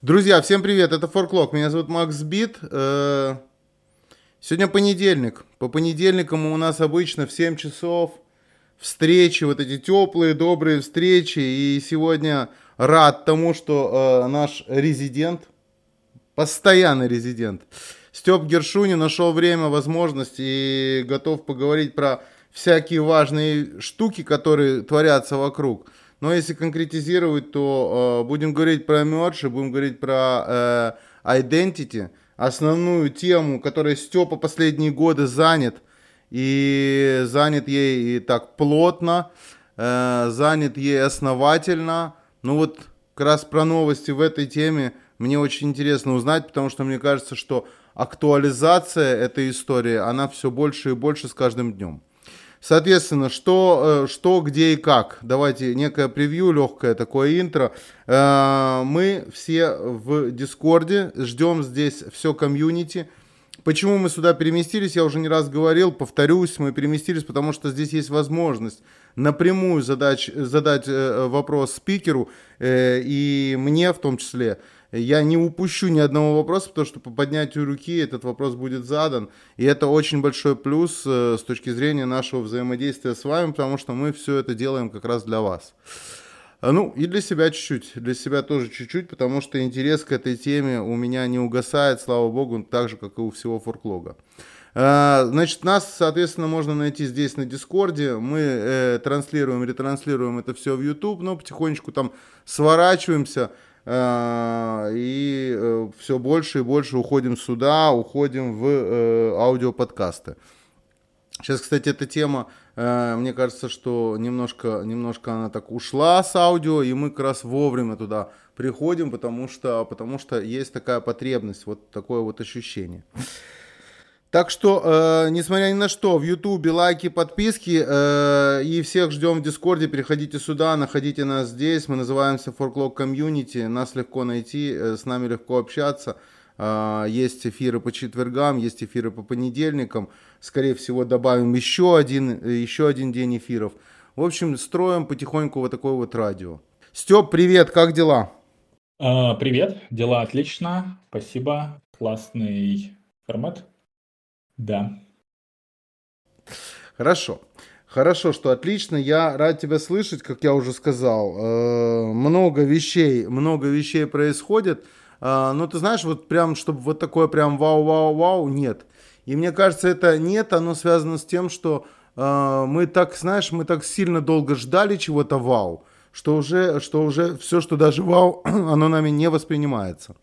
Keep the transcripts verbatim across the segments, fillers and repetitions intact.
Друзья, всем привет, это Форклог, меня зовут Макс Бит. Э, Сегодня понедельник. По понедельникам у нас обычно в семь часов встречи, вот эти теплые, добрые встречи. И сегодня рад тому, что э, наш резидент, постоянный резидент, Степ Гершунин нашел время, возможность и готов поговорить про всякие важные штуки, которые творятся вокруг. Но если конкретизировать, то э, будем говорить про мердж, будем говорить про э, identity, основную тему, которой Степа последние годы занят. И занят ей и так плотно, э, занят ей основательно. Ну вот как раз про новости в этой теме мне очень интересно узнать, потому что мне кажется, что актуализация этой истории, она все больше и больше с каждым днем. Соответственно, что, э, что, где и как. Давайте некое превью, легкое такое интро. Э, Мы все в Дискорде, ждем здесь все комьюнити. Почему мы сюда переместились, я уже не раз говорил, повторюсь, мы переместились, потому что здесь есть возможность напрямую задать, задать э, вопрос спикеру э, и мне в том числе. Я не упущу ни одного вопроса, потому что по поднятию руки этот вопрос будет задан. И это очень большой плюс э, с точки зрения нашего взаимодействия с вами, потому что мы все это делаем как раз для вас. А, Ну, и для себя чуть-чуть, для себя тоже чуть-чуть, потому что интерес к этой теме у меня не угасает, слава богу, так же, как и у всего форклога. А, Значит, нас, соответственно, можно найти здесь на Дискорде. Мы э, транслируем, ретранслируем это все в YouTube, но потихонечку там сворачиваемся э, и э, все больше и больше уходим сюда, уходим в э, аудиоподкасты. Сейчас, кстати, эта тема, э, мне кажется, что немножко, немножко она так ушла с аудио, и мы как раз вовремя туда приходим, потому что, потому что есть такая потребность, вот такое вот ощущение. Так что, э, несмотря ни на что, в Ютубе лайки, подписки, э, и всех ждем в Дискорде, переходите сюда, находите нас здесь, мы называемся Форклог Community, нас легко найти, э, с нами легко общаться. Э, есть эфиры по четвергам, есть эфиры по понедельникам, скорее всего добавим еще один, еще один день эфиров. В общем, строим потихоньку вот такое вот радио. Степ, привет, как дела? А, Привет, дела отлично, спасибо, классный формат, да. Хорошо. Хорошо, что отлично. Я рад тебя слышать, как я уже сказал. Э, Много вещей, много вещей происходит. Э, Но ты знаешь, вот прям, чтобы вот такое прям вау-вау-вау, нет. И мне кажется, это нет, оно связано с тем, что э, мы так, знаешь, мы так сильно долго ждали чего-то вау, что уже, что уже все, что даже вау, оно нами не воспринимается.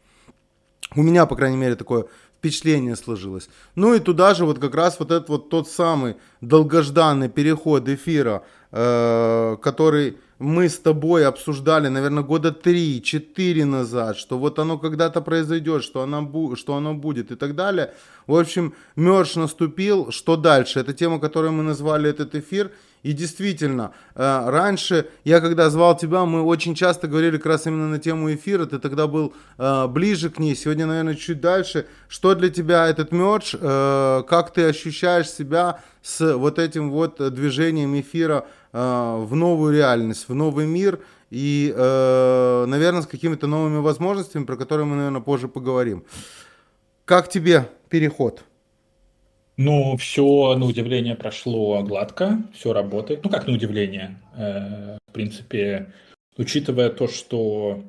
У меня, по крайней мере, такое впечатление сложилось. Ну и туда же вот как раз вот этот вот тот самый долгожданный переход эфира, э, который мы с тобой обсуждали, наверное, года три-четыре назад, что вот оно когда-то произойдет, что оно, бу- что оно будет и так далее. В общем, мерч наступил. Что дальше? Это тема, которую мы назвали этот эфир. И действительно, э, раньше я когда звал тебя, мы очень часто говорили как раз именно на тему эфира, ты тогда был э, ближе к ней, сегодня, наверное, чуть дальше. Что для тебя этот мерч, э, как ты ощущаешь себя с вот этим вот движением эфира э, в новую реальность, в новый мир и, э, наверное, с какими-то новыми возможностями, про которые мы, наверное, позже поговорим. Как тебе переход? Ну, все, на удивление, прошло гладко, все работает. Ну, как на удивление, Э, в принципе, учитывая то, что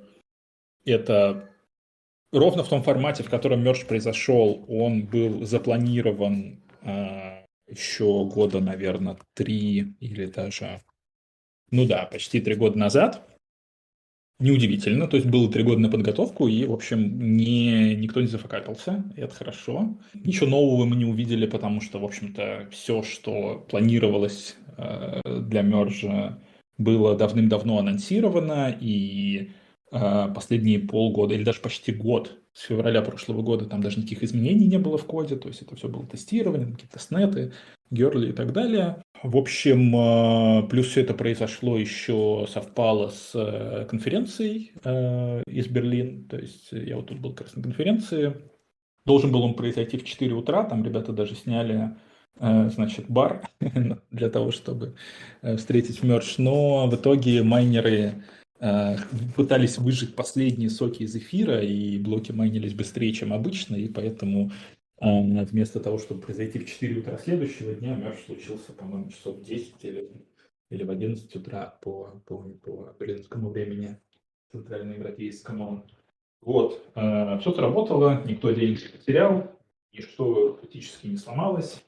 это ровно в том формате, в котором мерч произошел, он был запланирован э, еще года, наверное, три или даже, ну да, почти три года назад. Неудивительно, то есть было три года на подготовку, и, в общем, не, никто не зафакапился, и это хорошо. Ничего нового мы не увидели, потому что, в общем-то, все, что планировалось э, для мержа, было давным-давно анонсировано, и э, последние полгода, или даже почти год, с февраля прошлого года, там даже никаких изменений не было в коде, то есть это все было тестирование, какие-то тестнеты, герли и так далее. В общем, э, плюс все это произошло еще, совпало с э, конференцией э, из Берлин. То есть я вот тут был как раз на конференции. Должен был он произойти в четыре утра. Там ребята даже сняли, э, значит, бар для того, чтобы э, встретить мерч. Но в итоге майнеры э, пытались выжать последние соки из эфира, и блоки майнились быстрее, чем обычно, и поэтому э, вместо того, чтобы произойти в четыре утра следующего дня, мерж случился, по-моему, часов в десять или, или в одиннадцать утра по, по, по берлинскому времени, центральноевропейскому. Вот, э, все сработало, никто денег не потерял, ничто практически не сломалось.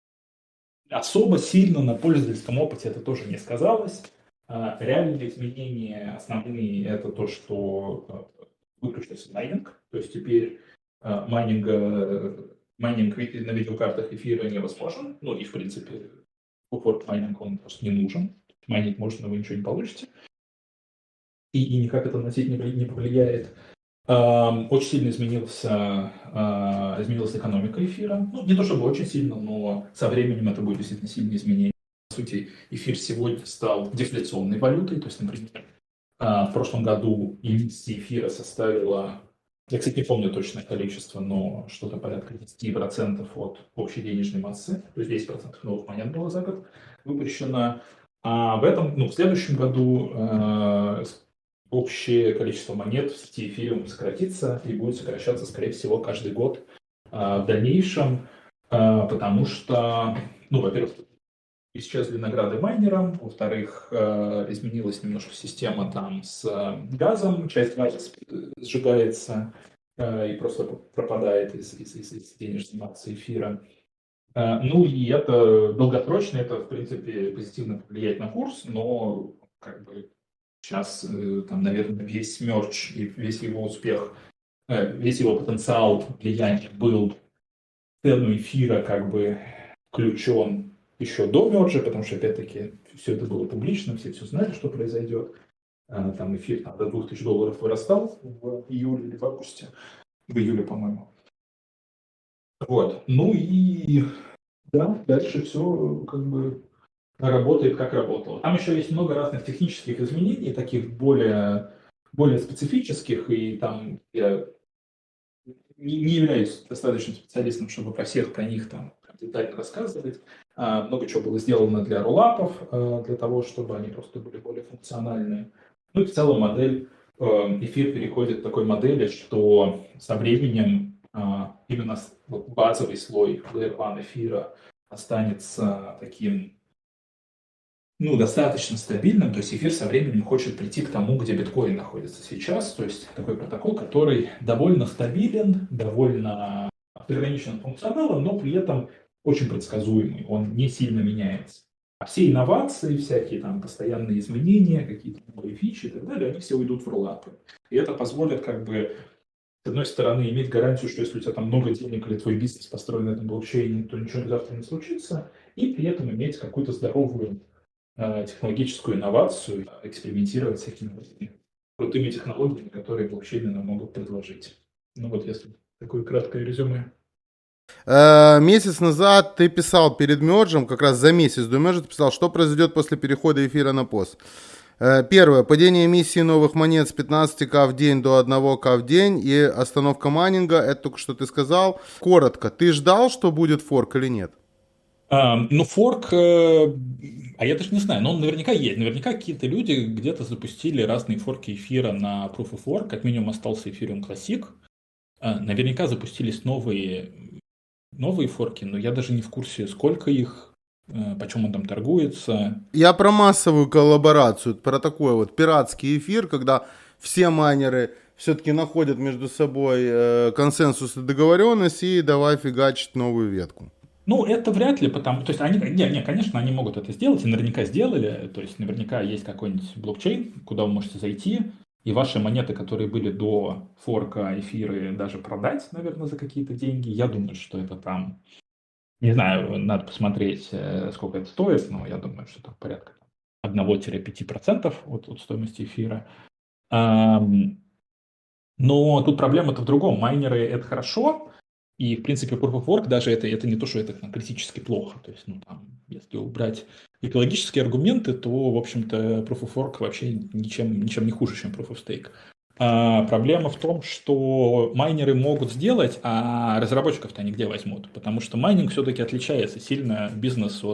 Особо сильно на пользовательском опыте это тоже не сказалось. А, Реальные изменения основные — это то, что э, выключился майнинг, то есть теперь э, майнинг, э, майнинг ви- на видеокартах эфира невозможен, ну и в принципе форк майнинг он просто не нужен, майнить можно, но вы ничего не получите, и, и никак это на сеть не, вли- не повлияет. Ам, Очень сильно изменился, а, изменилась экономика эфира. Ну, не то чтобы очень сильно, но со временем это будет действительно сильное изменение. По сути, эфир сегодня стал дефляционной валютой. То есть, например, а, в прошлом году эмиссия эфира составила, я, кстати, не помню точное количество, но что-то порядка десять процентов от общей денежной массы. То есть десять процентов новых монет было за год выпущено. А в этом, ну, в следующем году э, общее количество монет в сети эфириум сократится и будет сокращаться, скорее всего, каждый год а, в дальнейшем, а, потому что, ну, во-первых, исчезли награды майнерам, во-вторых, а, изменилась немножко система там с а, газом, часть газа сжигается а, и просто пропадает из, из, из, из денежной массы эфира. А, Ну и это долгосрочно, это, в принципе, позитивно повлияет на курс, но как бы сейчас, э, там, наверное, весь мерч и весь его успех, э, весь его потенциал влияния был в цену эфира как бы включен еще до мерджа, потому что, опять-таки, все это было публично, все все знали, что произойдет. А, Там эфир там, до двух тысяч долларов вырастал в июле или в августе, в июле, по-моему. Вот. Ну и да, дальше все как бы работает, как работало. Там еще есть много разных технических изменений, таких более, более специфических, и там я не, не являюсь достаточным специалистом, чтобы про всех про них там детально рассказывать. А, много чего было сделано для роллапов, а, для того, чтобы они просто были более функциональные. Ну и в целом модель, э, эфир переходит к такой модели, что со временем а, именно с- вот базовый слой Layer один эфира останется таким, ну, достаточно стабильным, то есть эфир со временем хочет прийти к тому, где биткоин находится сейчас, то есть такой протокол, который довольно стабилен, довольно ограничен функционалом, но при этом очень предсказуемый, он не сильно меняется. А все инновации, всякие там постоянные изменения, какие-то новые фичи и так далее, они все уйдут в роллапы. И это позволит как бы, с одной стороны, иметь гарантию, что если у тебя там много денег или твой бизнес построен на этом блокчейне, то ничего завтра не случится, и при этом иметь какую-то здоровую э, технологическую инновацию, экспериментировать с всякими крутыми технологиями, которые блокчейны нам могут предложить. Ну вот, если такое краткое резюме. Э, Месяц назад ты писал перед мерджем, как раз за месяц до мерджа, ты писал, что произойдет после перехода эфира на пост. Э, Первое. Падение эмиссии новых монет с пятнадцати тысяч в день до одного тысячи в день и остановка майнинга. Это только что ты сказал. Коротко. Ты ждал, что будет форк или нет? А, ну, форк, э, а я даже не знаю, но он наверняка есть. Наверняка какие-то люди где-то запустили разные форки эфира на Proof of Work, как минимум остался Ethereum Classic. А, наверняка запустились новые, новые форки, но я даже не в курсе, сколько их, э, почем он там торгуется. Я про массовую коллаборацию, про такой вот пиратский эфир, когда все майнеры все-таки находят между собой э, консенсус и договоренность и давай фигачить новую ветку. Ну, это вряд ли, потому... То есть они... Не, не, конечно, они могут это сделать, и наверняка сделали. То есть наверняка есть какой-нибудь блокчейн, куда вы можете зайти, и ваши монеты, которые были до форка, эфиры, даже продать, наверное, за какие-то деньги. Я думаю, что это там... Не знаю, надо посмотреть, э, сколько это стоит, но я думаю, что это порядка один-пять процентов от, от стоимости эфира. Ам, Но тут проблема-то в другом. Майнеры — это хорошо, и, в принципе, Proof of Work даже это, это не то, что это там, критически плохо. То есть, ну, там, если убрать экологические аргументы, то, в общем-то, Proof of Work вообще ничем, ничем не хуже, чем Proof of Stake. А проблема в том, что майнеры могут сделать, а разработчиков-то они где возьмут? Потому что майнинг все-таки отличается сильно бизнес от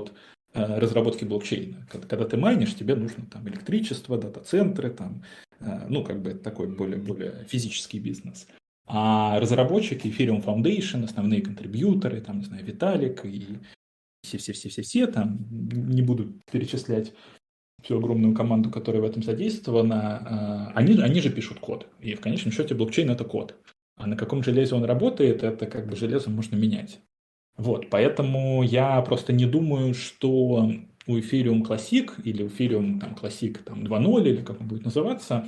разработки блокчейна. Когда, когда ты майнишь, тебе нужно там электричество, дата-центры, там, ну, как бы такой более, более физический бизнес. А разработчики, Ethereum Foundation, основные контрибьюторы, там, не знаю, Виталик и все-все-все-все-все, там, не буду перечислять всю огромную команду, которая в этом задействована, они, они же пишут код. И в конечном счете блокчейн — это код. А на каком железе он работает, это как бы железо можно менять. Вот, поэтому я просто не думаю, что у Ethereum Classic или у Ethereum там, Classic там, два ноль, или как он будет называться,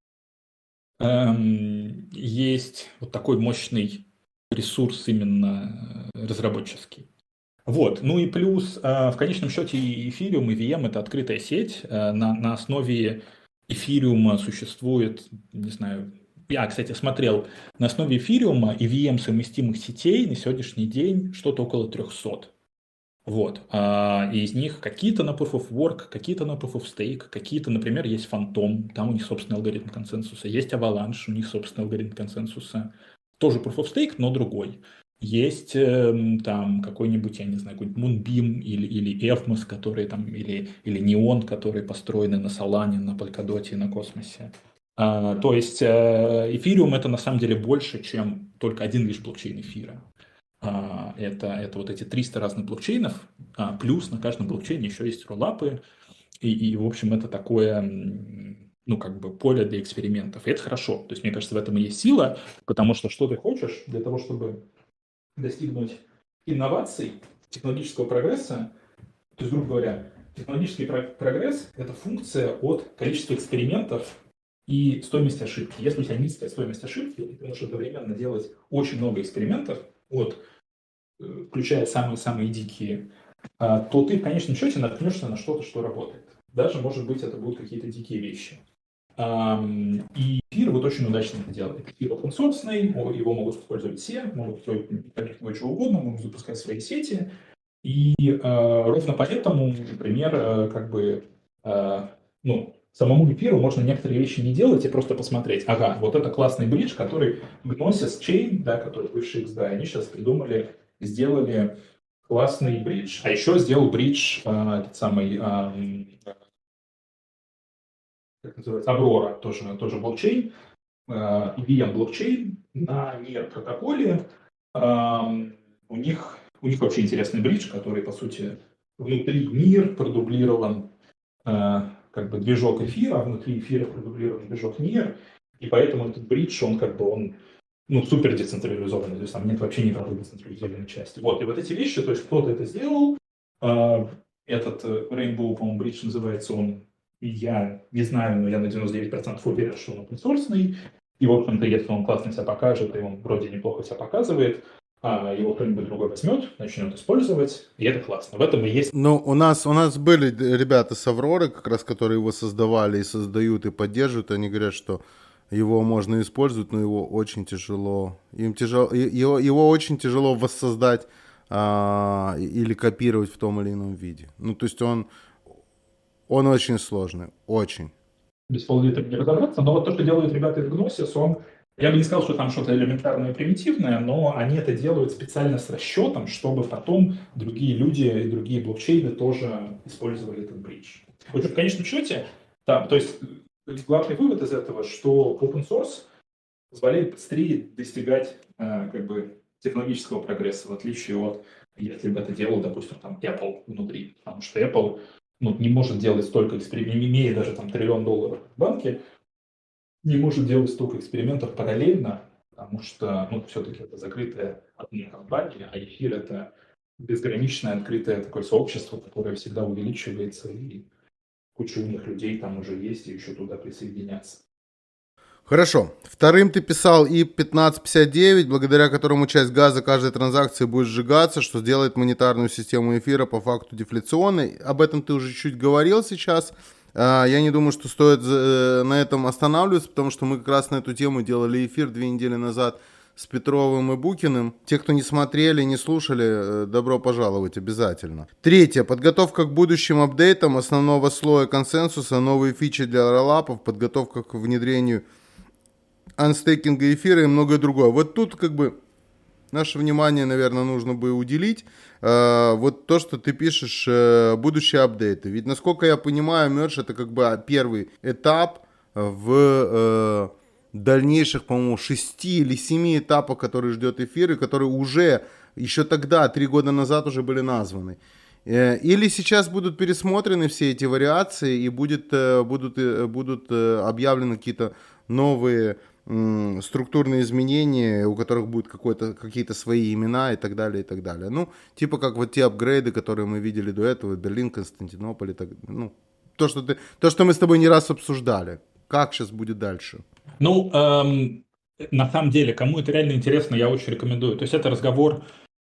эм, есть вот такой мощный ресурс именно разработческий. Вот, ну и плюс, э, в конечном счете и Ethereum, и ви эм — это открытая сеть. Э, на, на основе Ethereum существует, не знаю, я, кстати, смотрел, на основе Ethereum и ви эм совместимых сетей на сегодняшний день что-то около трехсот. Вот. А, и из них какие-то на Proof of Work, какие-то на Proof of Stake, какие-то, например, есть Phantom, там у них собственный алгоритм консенсуса, есть Avalanche, у них собственный алгоритм консенсуса, тоже Proof of Stake, но другой. Есть э, там какой-нибудь, я не знаю, какой-нибудь Moonbeam или, или Evmos, которые там, или, или Neon, которые построены на Solana, на Polkadot и на Космосе. А, то есть э, Ethereum — это на самом деле больше, чем только один лишь блокчейн эфира. А, это, это вот эти триста разных блокчейнов, а, плюс на каждом блокчейне еще есть роллапы, и, и, в общем, это такое, ну, как бы поле для экспериментов. И это хорошо. То есть, мне кажется, в этом и есть сила, потому что что ты хочешь для того, чтобы достигнуть инноваций, технологического прогресса, то есть, грубо говоря, технологический прогресс – это функция от количества экспериментов и стоимости ошибки. Если у тебя низкая стоимость ошибки, и ты можешь одновременно делать очень много экспериментов, от, включая самые-самые дикие, то ты в конечном счете наткнешься на что-то, что работает. Даже, может быть, это будут какие-то дикие вещи. И эфир вот очень удачно это делает. Эфир open source, его могут использовать все, могут строить чего угодно, могут запускать свои сети. И э, ровно поэтому, например, э, как бы, э, ну, самому эфиру можно некоторые вещи не делать и просто посмотреть. Ага, вот это классный бридж, который Gnosis Chain, да, который бывший икс дай, они сейчас придумали, сделали классный бридж. А еще сделал бридж, э, этот самый, э, как называется, Aurora, тоже, тоже блокчейн, э, ви эм блокчейн на нир протоколе. Э, у них У них вообще интересный бридж, который, по сути, внутри нир продублирован э, как бы движок эфира, а внутри эфира продублирован движок нир, и поэтому этот бридж, он как бы, он, ну, супер децентрализованный, то есть там нет вообще никакой децентрализованной части. Вот, и вот эти вещи, то есть кто-то это сделал, э, этот Rainbow, по-моему, бридж называется, он, я не знаю, но я на девяносто девять процентов уверен, что он open-source, и, в общем-то, если он классно себя покажет, и он вроде неплохо себя показывает, а его кто-нибудь другой возьмет, начнет использовать, и это классно. В этом и есть... Ну, у нас, у нас были ребята с Авроры, как раз, которые его создавали и создают, и поддерживают. Они говорят, что его можно использовать, но его очень тяжело. Им тяжело его, его очень тяжело воссоздать а, или копировать в том или ином виде. Ну, то есть он, он очень сложный, очень. Без пол-литра не разобраться, но вот то, что делают ребята из Gnosis, он... Я бы не сказал, что там что-то элементарное и примитивное, но они это делают специально с расчетом, чтобы потом другие люди и другие блокчейны тоже использовали этот бридж. В общем, в конечном счете, да, то есть главный вывод из этого, что open source позволяет быстрее достигать э, как бы технологического прогресса, в отличие от, если бы это делал, допустим, там Apple внутри, потому что Apple, ну, не может делать столько экспериментов, не имея даже там триллион долларов в банке, не может делать столько экспериментов параллельно, потому что, ну, все-таки это закрытая одна компания, а эфир — это безграничное открытое такое сообщество, которое всегда увеличивается, и куча умных людей там уже есть, и еще туда присоединятся. Хорошо. Вторым ты писал и пятнадцать пятьдесят девять, благодаря которому часть газа каждой транзакции будет сжигаться, что сделает монетарную систему эфира по факту дефляционной. Об этом ты уже чуть говорил сейчас. Я не думаю, что стоит на этом останавливаться, потому что мы как раз на эту тему делали эфир две недели назад с Петровым и Букиным. Те, кто не смотрели, не слушали, добро пожаловать обязательно. Третье. Подготовка к будущим апдейтам основного слоя консенсуса, новые фичи для роллапов, подготовка к внедрению анстейкинга эфира и многое другое. Вот тут как бы наше внимание, наверное, нужно бы уделить. Э, вот то, что ты пишешь, э, будущие апдейты. Ведь, насколько я понимаю, мерч это как бы первый этап в э, дальнейших, по-моему, шести или семи этапах, которые ждет эфир, и которые уже еще тогда, три года назад, уже были названы. Э, Или сейчас будут пересмотрены все эти вариации и будет, э, будут, э, будут э, объявлены какие-то новые м, структурные изменения, у которых будут какой-то, какие-то свои имена и так далее, и так далее. Ну, типа как вот те апгрейды, которые мы видели до этого, Берлин, Константинополь, и так, ну, то, что ты, то, что мы с тобой не раз обсуждали. Как сейчас будет дальше? Ну, эм, на самом деле, кому это реально интересно, я очень рекомендую. То есть это разговор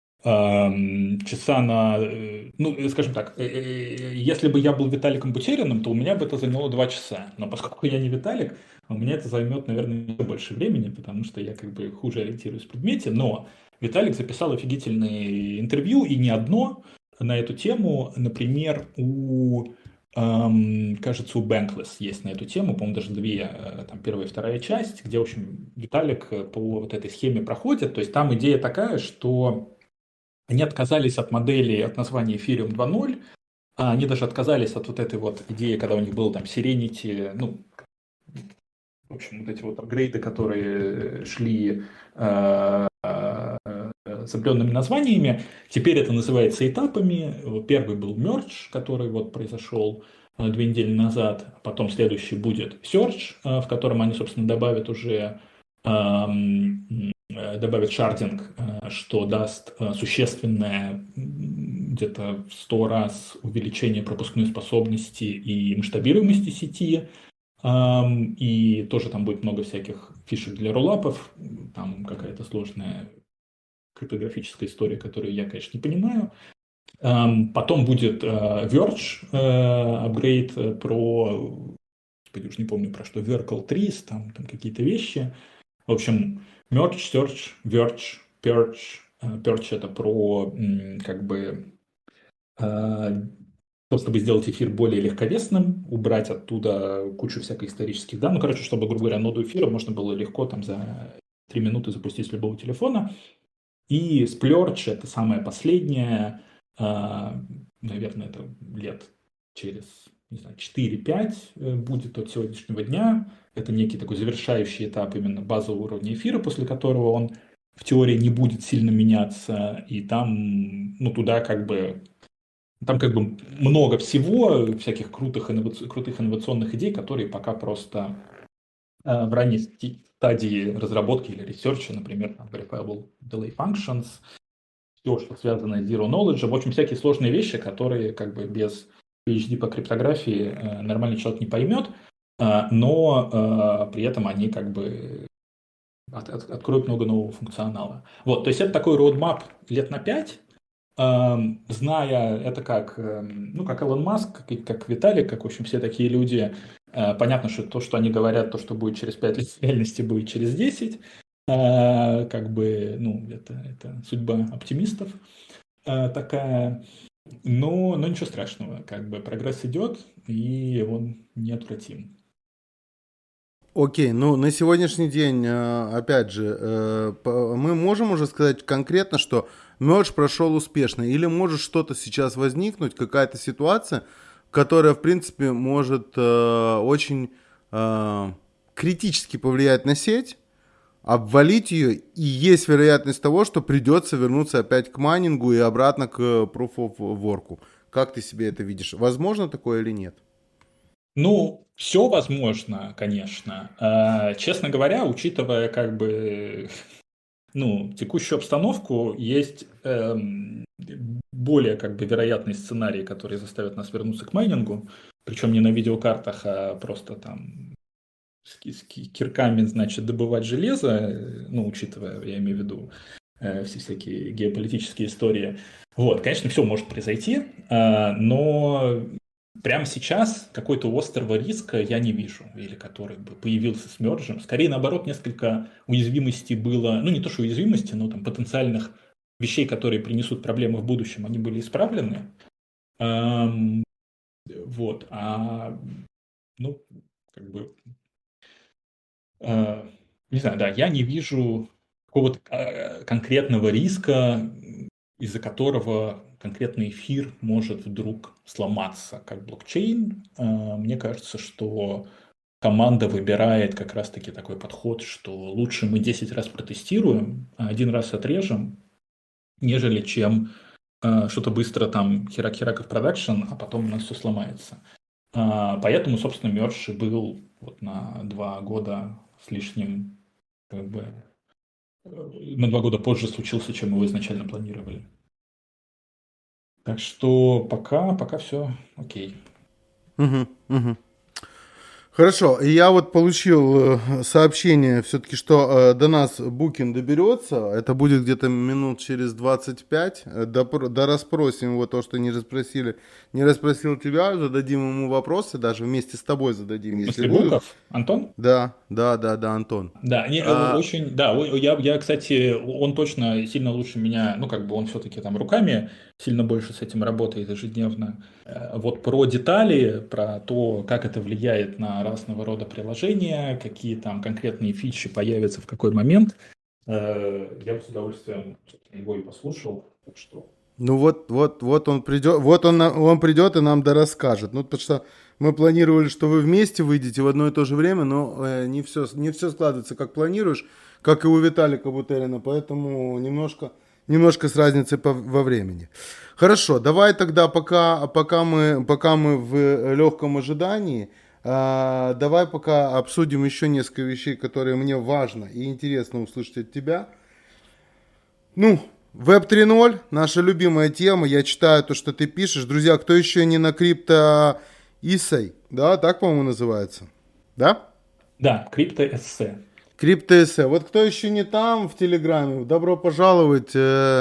эм, часа на, э, ну, э, скажем так, э, э, если бы я был Виталиком Бутериным, то у меня бы это заняло два часа. Но поскольку я не Виталик, у меня это займет, наверное, еще больше времени, потому что я как бы хуже ориентируюсь в предмете. Но Виталик записал офигительные интервью, и не одно на эту тему. Например, у Эм, кажется, у Bankless есть на эту тему, по-моему, даже две, э, там первая и вторая часть, где, в общем, Виталик э, по вот этой схеме проходит. То есть там идея такая, что они отказались от модели, от названия Ethereum два ноль, а они даже отказались от вот этой вот идеи, когда у них был там Serenity, ну, в общем, вот эти вот апгрейды, которые шли э, э, с определенными названиями. Теперь это называется этапами. Первый был Merge, который вот произошел э, две недели назад. Потом следующий будет Search, э, в котором они, собственно, добавят уже эм, э, добавят шардинг, э, что даст э, существенное где-то в сто раз увеличение пропускной способности и масштабируемости сети. Ам, И тоже там будет много всяких фишек для роллапов, там какая-то сложная криптографическая история, которую я, конечно, не понимаю. Ам, Потом будет э, Verge э, апгрейд э, про, господи, уж не помню про что, Verkle Trees, там, там какие-то вещи. В общем, Merge, Search, Verge, Purge. Э, Purge это про м, как бы э, то, чтобы сделать эфир более легковесным, убрать оттуда кучу всяких исторических данных. Ну, короче, чтобы, грубо говоря, ноду эфира можно было легко там за три минуты запустить с любого телефона. И Splurge — это самое последнее, а, наверное, это лет через, не знаю, четыре-пять э, будет от сегодняшнего дня. Это некий такой завершающий этап именно базового уровня эфира, после которого он в теории не будет сильно меняться, и там, ну, туда как бы там как бы много всего, всяких крутых, инноваци- крутых инновационных идей, которые пока просто э, в ранней ст- стадии разработки или ресерча, например, там, Verifiable Delay Functions, все, что связано с Zero Knowledge, в общем, всякие сложные вещи, которые как бы без пи эйч ди по криптографии э, нормальный человек не поймет, э, но э, при этом они как бы от- от- откроют много нового функционала. Вот, то есть это такой roadmap лет на пять. Эм, зная это как, эм, ну, как Илон Маск, как, и- как Виталик, как, в общем, все такие люди, э, понятно, что то, что они говорят, то, что будет через пять лет, в реальности будет через десять. Э, как бы, ну, это, это судьба оптимистов э, такая. Но, но ничего страшного, как бы прогресс идет, и он неотвратим. Окей, ну на сегодняшний день, э, опять же, э, по- мы можем уже сказать конкретно, что мерж прошел успешно, или может что-то сейчас возникнуть, какая-то ситуация, которая, в принципе, может э, очень э, критически повлиять на сеть, обвалить ее, и есть вероятность того, что придется вернуться опять к майнингу и обратно к Proof of Work. Как ты себе это видишь? Возможно такое или нет? Ну, все возможно, конечно. Э, честно говоря, учитывая как бы ну, текущую обстановку, есть эм, более как бы вероятный сценарий, который заставит нас вернуться к майнингу, причем не на видеокартах, а просто там с, ки- с ки- кирками, значит, добывать железо, э, ну, учитывая, я имею в виду э, все всякие геополитические истории. Вот, конечно, все может произойти, а, но прямо сейчас какой-то острого риска я не вижу, или который бы появился с мержем. Скорее, наоборот, несколько уязвимостей было, ну, не то что уязвимости, но там потенциальных вещей, которые принесут проблемы в будущем, они были исправлены. Ам, вот, а, ну, как бы Э, не знаю, да, я не вижу какого-то, конкретного риска, из-за которого конкретный эфир может вдруг сломаться как блокчейн. Мне кажется, что команда выбирает как раз-таки такой подход, что лучше мы десять раз протестируем, а один раз отрежем, нежели чем э, что-то быстро там херак-херак в продакшн, а потом у нас все сломается. А, поэтому, собственно, мерч был вот на два года с лишним, как бы, на два года позже случился, чем его изначально планировали. Так что пока, пока все окей. Угу, угу. Хорошо, я вот получил сообщение все-таки, что э, до нас Букин доберется. Это будет где-то минут через двадцать пять. До, до расспросим его то, что не расспросили. Не расспросил тебя, зададим ему вопросы, даже вместе с тобой зададим, если будут. Буков? Антон? Да, да, да, да, Антон. Да, не, а... очень, да, я, я, кстати, он точно сильно лучше меня, ну, как бы он все-таки там руками сильно больше с этим работает ежедневно. Вот про детали, про то, как это влияет на разного рода приложения, какие там конкретные фичи появятся в какой момент, я бы с удовольствием его и послушал, так что... Ну вот, вот, вот он придет, вот он, он придет и нам да расскажет. Ну, потому что мы планировали, что вы вместе выйдете в одно и то же время, но э, не все, не все складывается, как планируешь, как и у Виталика Бутерина, поэтому немножко, немножко с разницей по, во времени. Хорошо, давай тогда, пока, пока, мы, пока мы в легком ожидании, э, давай пока обсудим еще несколько вещей, которые мне важно и интересно услышать от тебя. Ну, веб три ноль, наша любимая тема. Я читаю то, что ты пишешь. Друзья, кто еще не на крипто эссей, да, так, по-моему, называется, да? Да, крипто эссе. Крипто эссе. Вот кто еще не там в Телеграме, добро пожаловать.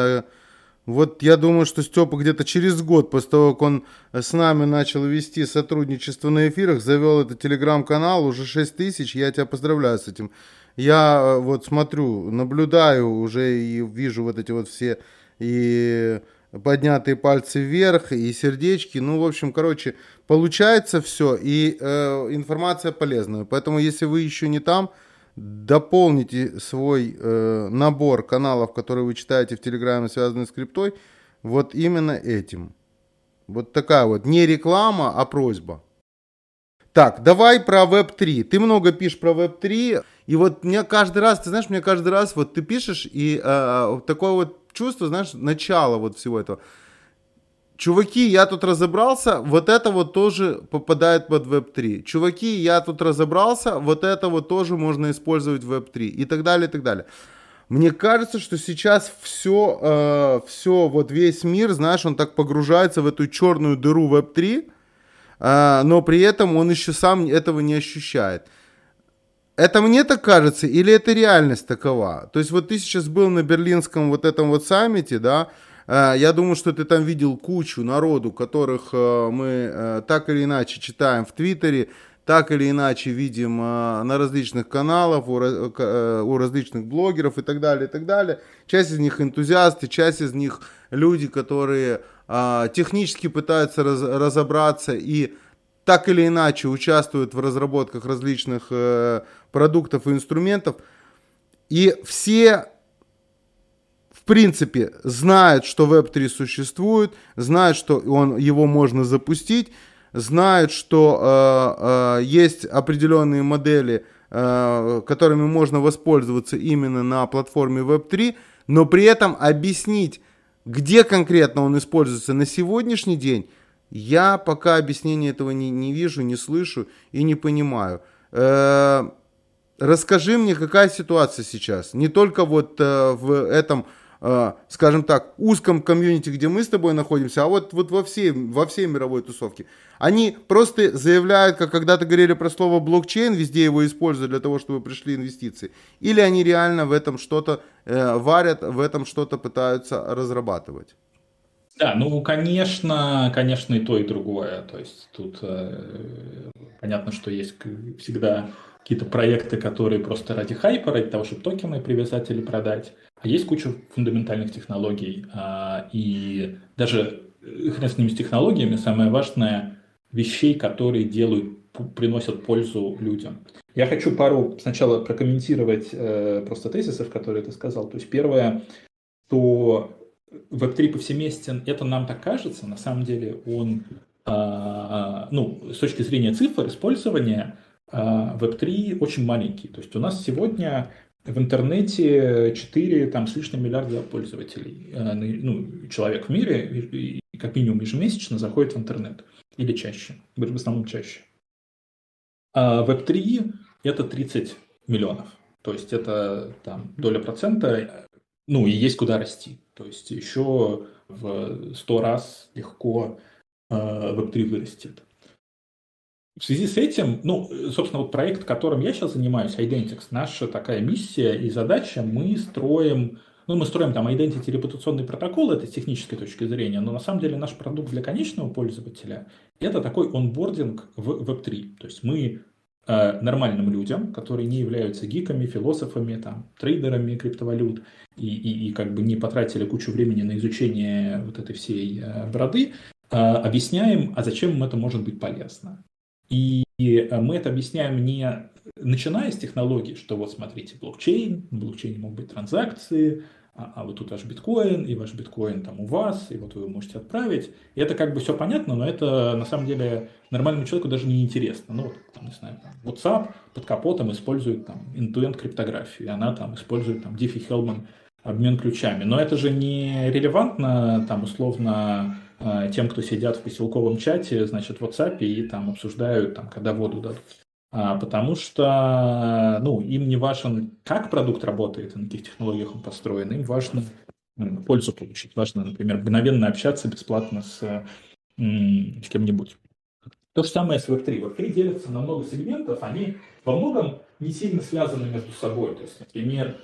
Вот я думаю, что Степа где-то через год, после того, как он с нами начал вести сотрудничество на эфирах, завел этот Телеграм-канал, уже шесть тысяч, я тебя поздравляю с этим. Я вот смотрю, наблюдаю уже и вижу вот эти вот все и поднятые пальцы вверх, и сердечки. Ну, в общем, короче, получается все, и э, информация полезная. Поэтому, если вы еще не там, дополните свой э, набор каналов, которые вы читаете в Телеграме, связанные с криптой, вот именно этим. Вот такая вот, не реклама, а просьба. Так, давай про веб три. Ты много пишешь про веб три, и вот мне каждый раз, ты знаешь, мне каждый раз вот ты пишешь, и э, такое вот чувство, знаешь, начало вот всего этого. Чуваки, я тут разобрался, вот это вот тоже попадает под веб три. Чуваки, я тут разобрался, вот это вот тоже можно использовать в веб три. И так далее, и так далее. Мне кажется, что сейчас все, э, все, вот весь мир, знаешь, он так погружается в эту черную дыру веб три, э, но при этом он еще сам этого не ощущает. Это мне так кажется, или это реальность такова? То есть вот ты сейчас был на берлинском вот этом вот саммите, да, я думаю, что ты там видел кучу народу, которых мы так или иначе читаем в Твиттере, так или иначе видим на различных каналах, у различных блогеров и так далее, и так далее. Часть из них энтузиасты, часть из них люди, которые технически пытаются разобраться и так или иначе участвуют в разработках различных продуктов и инструментов. И все... в принципе, знают, что веб три существует, знают, что он, его можно запустить, знают, что э, э, есть определенные модели, э, которыми можно воспользоваться именно на платформе веб три, но при этом объяснить, где конкретно он используется на сегодняшний день, я пока объяснения этого не, не вижу, не слышу и не понимаю. Э, расскажи мне, какая ситуация сейчас, не только вот э, в этом... скажем так, узком комьюнити, где мы с тобой находимся, а вот, вот во, всей, во всей мировой тусовке. Они просто заявляют, как когда-то говорили про слово блокчейн, везде его используют для того, чтобы пришли инвестиции. Или они реально в этом что-то э, варят, в этом что-то пытаются разрабатывать. Да, ну, конечно, конечно, и то, и другое. То есть тут э, понятно, что есть всегда какие-то проекты, которые просто ради хайпа, ради того, чтобы токены привязать или продать. А есть куча фундаментальных технологий. А, и даже хрен с ними с технологиями, самое важное, вещей, которые делают приносят пользу людям. Я хочу пару сначала прокомментировать э, просто тезисов, которые ты сказал. То есть первое, что веб три повсеместен, это нам так кажется, на самом деле он, э, ну, с точки зрения цифр использования, э, веб три очень маленький. То есть у нас сегодня в интернете четыре там, с лишним миллиарда пользователей, э, ну, человек в мире, и, и как минимум ежемесячно заходит в интернет. Или чаще, в основном чаще. А веб три это тридцать миллионов. То есть это там доля процента, ну и есть куда расти. То есть еще в сто раз легко э, веб три вырастет. В связи с этим, ну, собственно, вот проект, которым я сейчас занимаюсь, Identix, наша такая миссия и задача, мы строим, ну, мы строим там identity репутационный протокол, это с технической точки зрения, но на самом деле наш продукт для конечного пользователя это такой онбординг в веб три. То есть мы э, нормальным людям, которые не являются гиками, философами, там, трейдерами криптовалют и, и, и как бы не потратили кучу времени на изучение вот этой всей э, броды, э, объясняем, а зачем им это может быть полезно. И мы это объясняем не начиная с технологий, что вот смотрите, блокчейн, в блокчейне могут быть транзакции, а, а вот тут ваш биткоин, и ваш биткоин там у вас, и вот вы его можете отправить. И это как бы все понятно, но это на самом деле нормальному человеку даже не интересно. Ну, вот, там, не знаю, там, WhatsApp под капотом использует там end-to-end криптографию, и она там использует там Diffie-Hellman обмен ключами. Но это же не релевантно там условно тем, кто сидят в поселковом чате, значит, в WhatsApp и там обсуждают, там, когда воду дадут. А, потому что, ну, им не важен, как продукт работает, и на каких технологиях он построен, им важно ну, пользу получить. Важно, например, мгновенно общаться бесплатно с, с кем-нибудь. То же самое с веб три. веб три делится на много сегментов, они во многом не сильно связаны между собой. То есть, например,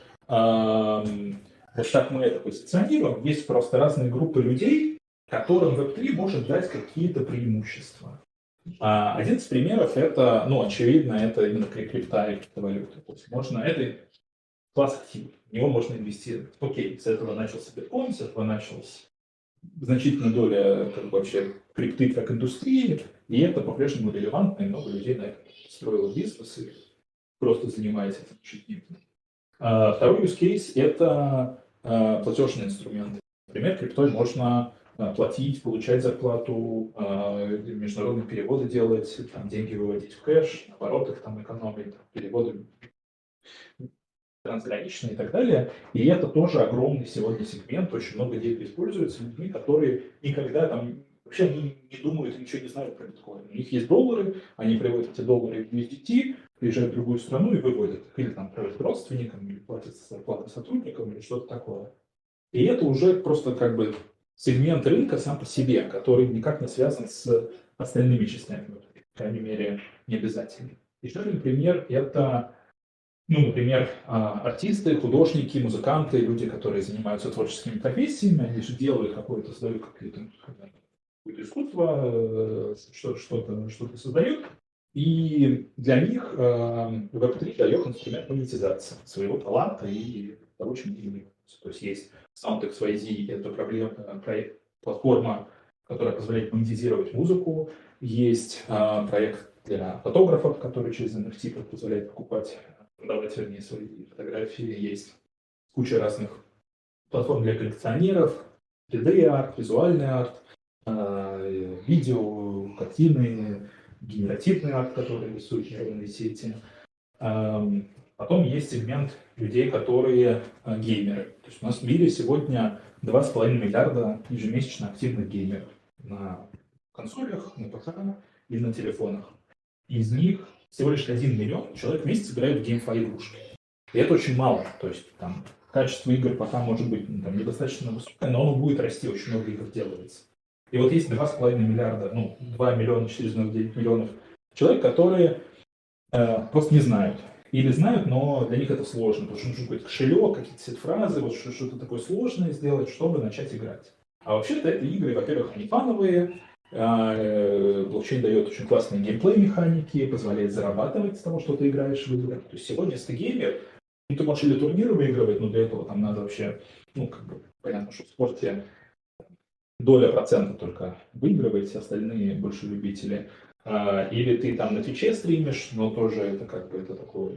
эм, вот так мы это позиционируем, есть просто разные группы людей, которым веб три может дать какие-то преимущества. А один из примеров это, ну, очевидно, это именно крипта и криптовалюта. То есть можно, это класс активов, в него можно инвестировать. Окей, с этого начался биткоин, с этого началась значительная доля как бы, вообще крипты как индустрии, и это по-прежнему релевантно, и много людей на этом строило бизнес и просто занимается этим ежедневно. А второй use case – это а, платежные инструменты. Например, криптой можно платить, получать зарплату, международные переводы делать, там, деньги выводить в кэш, наоборот, их там экономить, там, переводы трансграничные и так далее. И это тоже огромный сегодня сегмент, очень много денег используется людьми, которые никогда там вообще не, не думают, ничего не знают про биткоин. У них есть доллары, они приводят эти доллары в ю эс ди ти, приезжают в другую страну и выводят их, или там проводят родственникам, или платят зарплаты сотрудникам, или что-то такое. И это уже просто как бы сегмент рынка сам по себе, который никак не связан с остальными частями, по крайней мере, не обязательно. Еще один пример – это, ну, например, артисты, художники, музыканты, люди, которые занимаются творческими профессиями, они же делают какое-то, создают какое-то, какое-то искусство, что-то, что-то создают, и для них веб три дает инструмент монетизации своего таланта и того, чем они занимаются. То есть есть SoundXYZ вай зет, это проблема, проект, платформа, которая позволяет монетизировать музыку. Есть а, проект для фотографов, который через эн эф ти позволяет покупать, продавать, вернее, свои фотографии. Есть куча разных платформ для коллекционеров, три дэ-арт, визуальный арт, а, видео, картины, генеративный арт, который рисует нейронные сети. А, потом есть сегмент людей, которые а, геймеры. То есть у нас в мире сегодня два с половиной миллиарда ежемесячно активных геймеров на консолях, на ПК и на телефонах. Из них всего лишь один миллион человек в месяц играют в GameFi игрушки. И это очень мало. То есть там качество игр пока может быть ну, там, недостаточно высокое, но оно будет расти, очень много игр делается. И вот есть два с половиной миллиарда, ну, два миллиона четыреста девяносто девять миллионов человек, которые э, просто не знают. Или знают, но для них это сложно, потому что нужен какой-то кошелек, какие-то сет-фразы, вот что-то такое сложное сделать, чтобы начать играть. А вообще-то это игры, во-первых, они фановые, блокчейн дает очень классные геймплей-механики, позволяет зарабатывать с того, что ты играешь в игры. То есть сегодня, если ты геймер, ну, ты можешь или турниры выигрывать, но для этого там надо вообще, ну, как бы, понятно, что в спорте доля процента только выигрывает, все остальные больше любители. А, или ты там на Твиче стримишь, но тоже это как бы это такое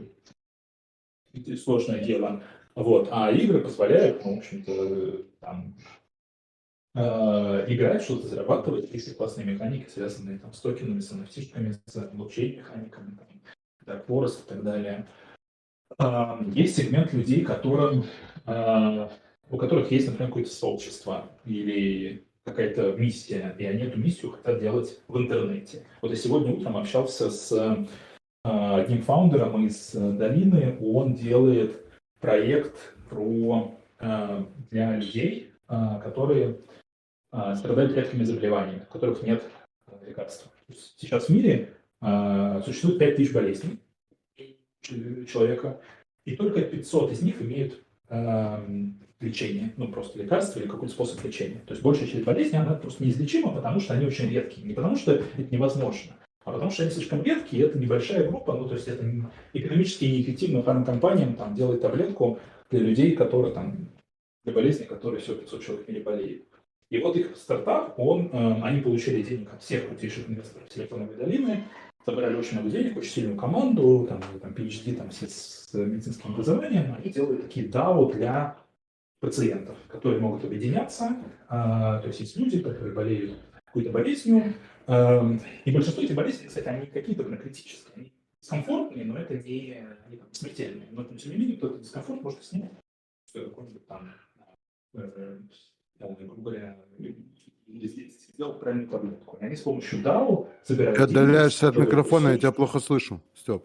сложное дело. Вот. А игры позволяют, ну, в общем-то, там, э, играть, что-то зарабатывать, если классные механики, связанные там, с токенами, с эн эф ти-шками, с блокчейн-механиками, там, Dark Forest и так далее. А, есть сегмент людей, которым, а, у которых есть, например, какое-то сообщество или какая-то миссия, и они эту миссию хотят делать в интернете. Вот я сегодня утром общался с а, одним фаундером из э, долины, он делает проект про, а, для людей, а, которые а, страдают редкими заболеваниями, у которых нет а, лекарств. Сейчас в мире а, существует пять тысяч болезней человека, и только пятьсот из них имеют э, лечение, ну просто лекарство или какой-то способ лечения. То есть большая часть болезней, она просто неизлечима, потому что они очень редкие. Не потому что это невозможно, а потому что они слишком редкие, и это небольшая группа, ну то есть это экономически неэффективно фармкомпаниям там, делать таблетку для людей, которые там, для болезней, которые всего пятьсот человек в мире болеют. И вот их стартап, он, э, они получили денег от всех крутейших инвесторов Силиконовой долины, собрали очень много денег, очень сильную команду, там, там пи эйч ди, там, все с медицинским образованием, они делают такие дао для пациентов, которые могут объединяться, а, то есть есть люди, которые болеют какой-то болезнью, а, и большинство этих болезней, кстати, они какие-то критические, они дискомфортные, но это не, не там, смертельные, но тем не менее кто-то дискомфорт может снять, что какой-нибудь там, э, грубо говоря, здесь сделал правильную таблетку. И они с помощью дао собирают Ты деньги. отдаляешься от микрофона, я все. тебя плохо слышу, Степ.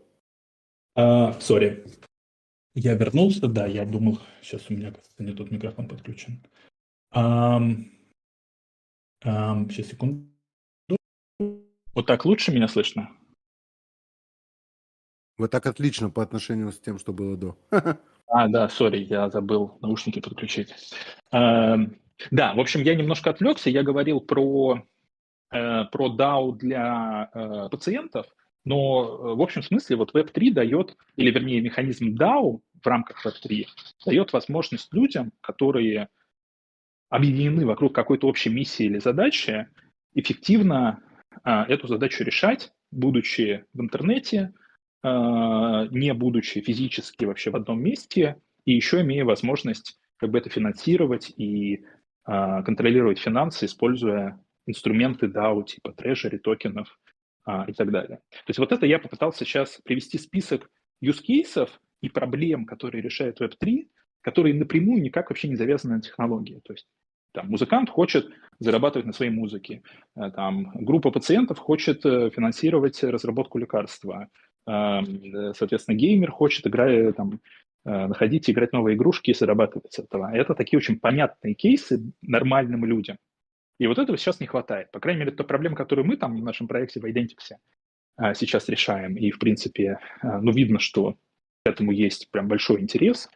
Сори. Uh, я вернулся, да, я думал, сейчас у меня, кажется, не тот микрофон подключен. Um, um, сейчас, секунду. Вот так лучше меня слышно? Вот так отлично по отношению с тем, что было до. А, да, сори, я забыл наушники подключить. Uh, да, в общем, я немножко отвлекся, я говорил про, uh, про дао для uh, пациентов, но в общем смысле вот веб три дает, или вернее механизм дао в рамках веб три дает возможность людям, которые объединены вокруг какой-то общей миссии или задачи, эффективно а, эту задачу решать, будучи в интернете, а, не будучи физически вообще в одном месте, и еще имея возможность как бы это финансировать и а, контролировать финансы, используя инструменты дао типа трежери, токенов а, и так далее. То есть вот это я попытался сейчас привести список use cases и проблем, которые решает веб три, которые напрямую никак вообще не завязаны на технологии. То есть там, музыкант хочет зарабатывать на своей музыке, там, группа пациентов хочет финансировать разработку лекарства, соответственно, геймер хочет играть, там, находить и играть новые игрушки и зарабатывать с этого. Это такие очень понятные кейсы нормальным людям. И вот этого сейчас не хватает. По крайней мере, это проблема, которую мы там в нашем проекте в Identix сейчас решаем. И, в принципе, ну, видно, что к этому есть прям большой интерес.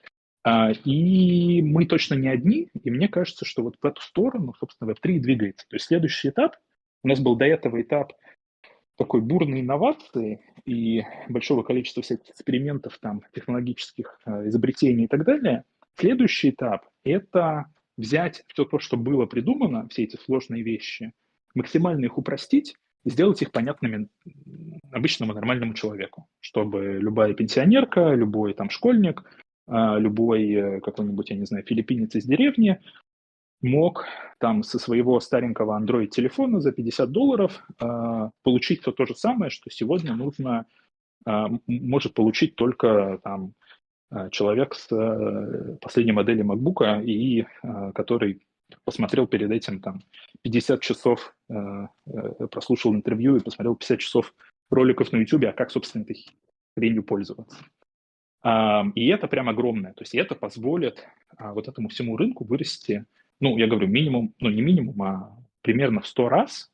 И мы точно не одни, и мне кажется, что вот в эту сторону, собственно, веб три двигается. То есть следующий этап, у нас был до этого этап такой бурной инновации и большого количества всяких экспериментов, там, технологических изобретений и так далее. Следующий этап – это взять все то, что было придумано, все эти сложные вещи, максимально их упростить, сделать их понятными обычному нормальному человеку, чтобы любая пенсионерка, любой там школьник, любой какой-нибудь, я не знаю, филиппинец из деревни мог там со своего старенького Android-телефона за пятьдесят долларов получить все то же самое, что сегодня нужно, может получить только там человек с последней модели MacBook, и который посмотрел перед этим там пятьдесят часов, прослушал интервью и посмотрел пятьдесят часов роликов на YouTube, а как, собственно, этой хренью пользоваться. И это прям огромное. То есть это позволит вот этому всему рынку вырасти, ну, я говорю, минимум, ну, не минимум, а примерно в сто раз.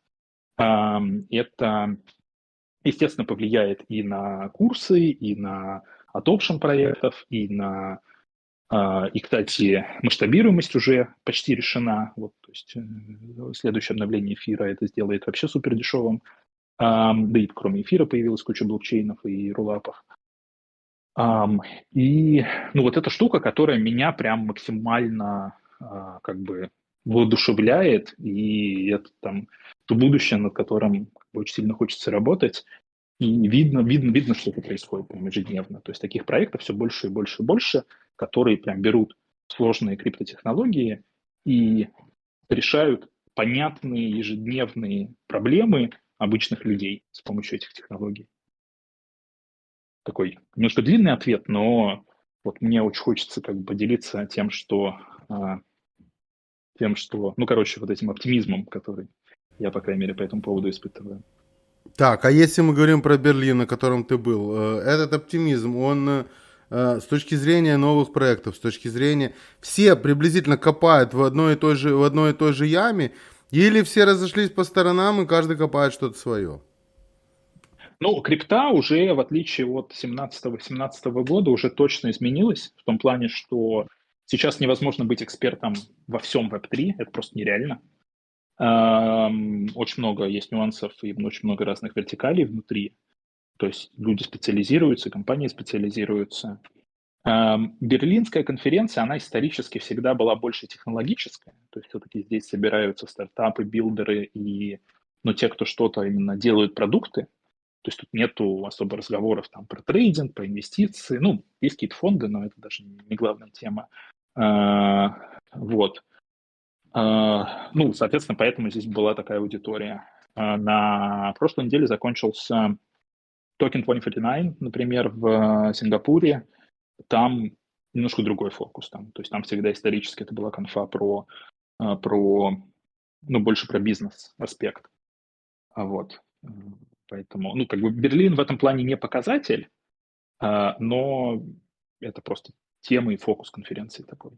Это, естественно, повлияет и на курсы, и на adoption проектов, и на, и, кстати, масштабируемость уже почти решена. Вот, то есть следующее обновление эфира это сделает вообще супер дешевым. Да и кроме эфира появилась куча блокчейнов и рулапов. Um, и, ну, вот эта штука, которая меня прям максимально uh, как бы воодушевляет, и это там то будущее, над которым очень сильно хочется работать, и видно, видно, видно, что это происходит прям ежедневно. То есть таких проектов все больше и больше и больше, которые прям берут сложные криптотехнологии и решают понятные ежедневные проблемы обычных людей с помощью этих технологий. Такой немножко длинный ответ, но вот мне очень хочется как бы поделиться тем, что, а, тем, что, ну, короче, вот этим оптимизмом, который я, по крайней мере, по этому поводу испытываю. Так, а если мы говорим про Берлин, на котором ты был, э, этот оптимизм, он э, э, с точки зрения новых проектов, с точки зрения... Все приблизительно копают в одной и той же, в одной и той же яме, или все разошлись по сторонам, и каждый копает что-то свое? Ну, крипта уже, в отличие от семнадцатого-восемнадцатого года, уже точно изменилась в том плане, что сейчас невозможно быть экспертом во всем веб три, это просто нереально. Эм, Очень много есть нюансов и очень много разных вертикалей внутри. То есть люди специализируются, компании специализируются. Эм, Берлинская конференция, она исторически всегда была больше технологическая. То есть все-таки здесь собираются стартапы, билдеры и ну, те, кто что-то именно делают продукты. То есть тут нету особо разговоров там про трейдинг, про инвестиции. Ну, есть какие-то фонды, но это даже не главная тема. А, вот. А, ну, соответственно, поэтому здесь была такая аудитория. А, на прошлой неделе закончился Токен двадцать девять, например, в Сингапуре. Там немножко другой фокус. Там, то есть там всегда исторически это была конфа про, а, про ну, больше про бизнес-аспект. А вот. Поэтому, ну, как бы Берлин в этом плане не показатель, а, но это просто тема и фокус конференции такой.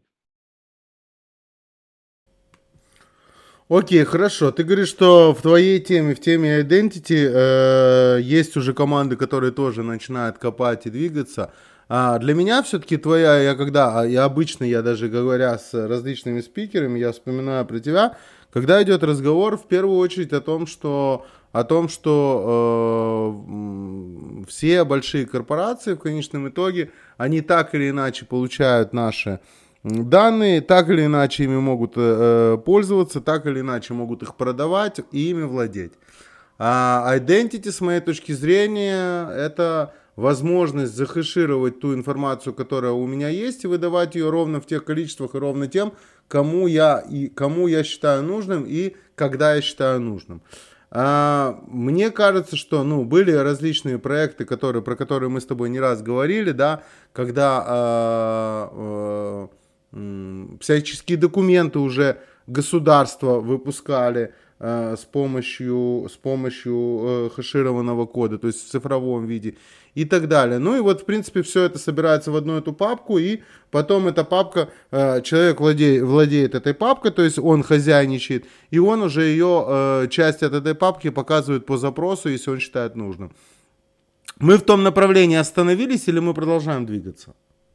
Окей, хорошо. Ты говоришь, что в твоей теме, в теме Identity, э, есть уже команды, которые тоже начинают копать и двигаться. А для меня все-таки твоя, я когда, а я обычно, я даже говоря с различными спикерами, я вспоминаю про тебя, когда идет разговор в первую очередь о том, что о том, что э, м, все большие корпорации в конечном итоге, они так или иначе получают наши данные, так или иначе ими могут э, пользоваться, так или иначе могут их продавать и ими владеть. А identity, с моей точки зрения, это возможность захэшировать ту информацию, которая у меня есть, и выдавать ее ровно в тех количествах и ровно тем, кому я, и кому я считаю нужным и когда я считаю нужным. А, мне кажется, что ну, были различные проекты, которые, про которые мы с тобой не раз говорили, да, когда а, а, м, всяческие документы уже государства выпускали э, с помощью, с помощью э, хэшированного кода, то есть в цифровом виде и так далее. Ну и вот, в принципе, все это собирается в одну эту папку, и потом эта папка, э, человек владеет, владеет этой папкой, то есть он хозяйничает, и он уже ее, э, часть от этой папки показывает по запросу, если он считает нужным. Мы в том направлении остановились или мы продолжаем двигаться?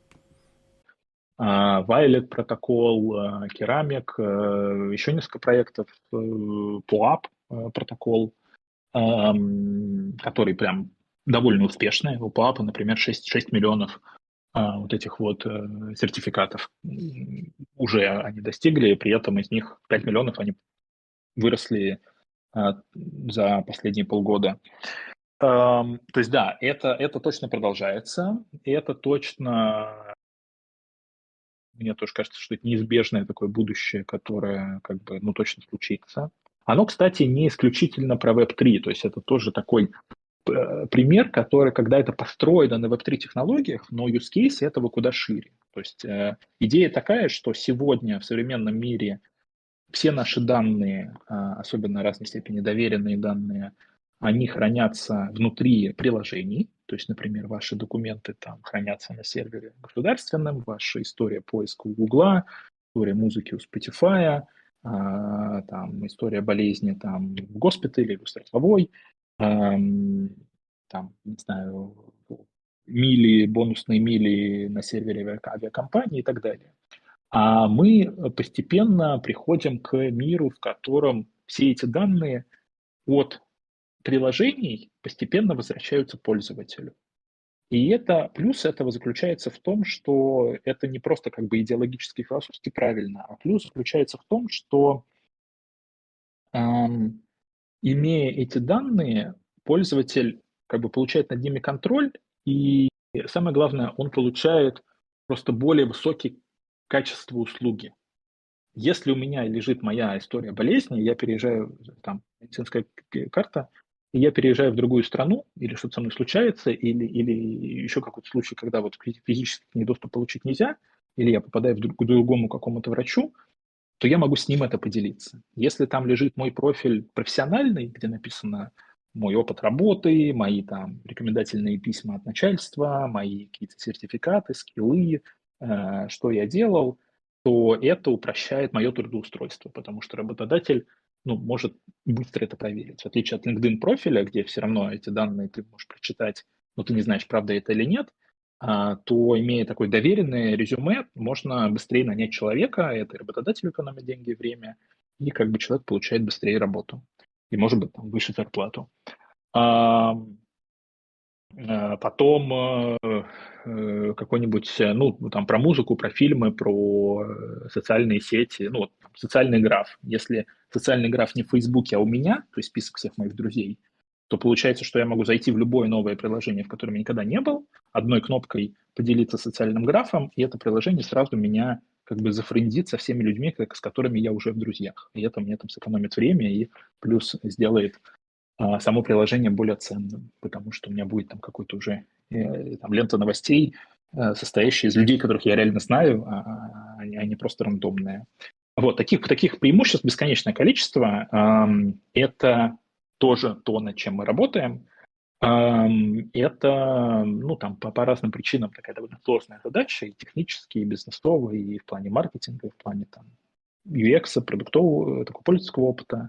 Violet протокол, Керамик, еще несколько проектов, пуап протокол, который прям довольно успешный. У пуап, например, шесть, шесть миллионов вот этих вот сертификатов уже они достигли, при этом из них пять миллионов они выросли за последние полгода. То есть да, это, это точно продолжается, это точно... Мне тоже кажется, что это неизбежное такое будущее, которое как бы, ну, точно случится. Оно, кстати, не исключительно про веб три, то есть это тоже такой э, пример, который, когда это построено на веб три технологиях, но use case этого куда шире. То есть э, идея такая, что сегодня в современном мире все наши данные, э, особенно в разной степени доверенные данные, они хранятся внутри приложений. То есть, например, ваши документы там хранятся на сервере государственном, ваша история поиска у Гугла, история музыки у Spotify, а, там история болезни там в госпитале, в страховой, ам, там, не знаю, мили, бонусные мили на сервере авиакомпании и так далее. А мы постепенно приходим к миру, в котором все эти данные от приложений постепенно возвращаются пользователю. И это, плюс этого заключается в том, что это не просто как бы идеологически, философски правильно, а плюс заключается в том, что эм, имея эти данные, пользователь как бы получает над ними контроль, и самое главное, он получает просто более высокие качество услуги. Если у меня лежит моя история болезни, я переезжаю, там, медицинская к- карта, и я переезжаю в другую страну, или что-то со мной случается, или, или еще какой-то случай, когда вот фи- физически к ней доступ получить нельзя, или я попадаю в друг- к другому какому-то врачу, то я могу с ним это поделиться. Если там лежит мой профиль профессиональный, где написано мой опыт работы, мои там рекомендательные письма от начальства, мои какие-то сертификаты, скиллы, э, что я делал, то это упрощает мое трудоустройство, потому что работодатель ну, может быстро это проверить. В отличие от LinkedIn профиля, где все равно эти данные ты можешь прочитать, но ты не знаешь, правда это или нет, а, то, имея такое доверенное резюме, можно быстрее нанять человека, это и работодателю экономит деньги и время, и как бы человек получает быстрее работу. И, может быть, там, выше зарплату. А, а, потом э, э, какой-нибудь, э, ну, там, про музыку, про фильмы, про э, социальные сети, ну, вот, там, социальный граф. Если социальный граф не в Фейсбуке, а у меня, то есть список всех моих друзей, то получается, что я могу зайти в любое новое приложение, в котором я никогда не был, одной кнопкой поделиться социальным графом, и это приложение сразу меня как бы зафрендит со всеми людьми, как, с которыми я уже в друзьях. И это мне там сэкономит время и плюс сделает а, само приложение более ценным, потому что у меня будет там какой-то уже э, там, лента новостей, э, состоящая из людей, которых я реально знаю, а, а, а не а не просто рандомная. Вот, таких, таких преимуществ бесконечное количество. Ам, Это тоже то, над чем мы работаем. Ам, Это, ну, там, по, по разным причинам такая довольно сложная задача, и технически, и бизнесовая, и в плане маркетинга, и в плане там ю экс, продуктового, такого пользовательского опыта.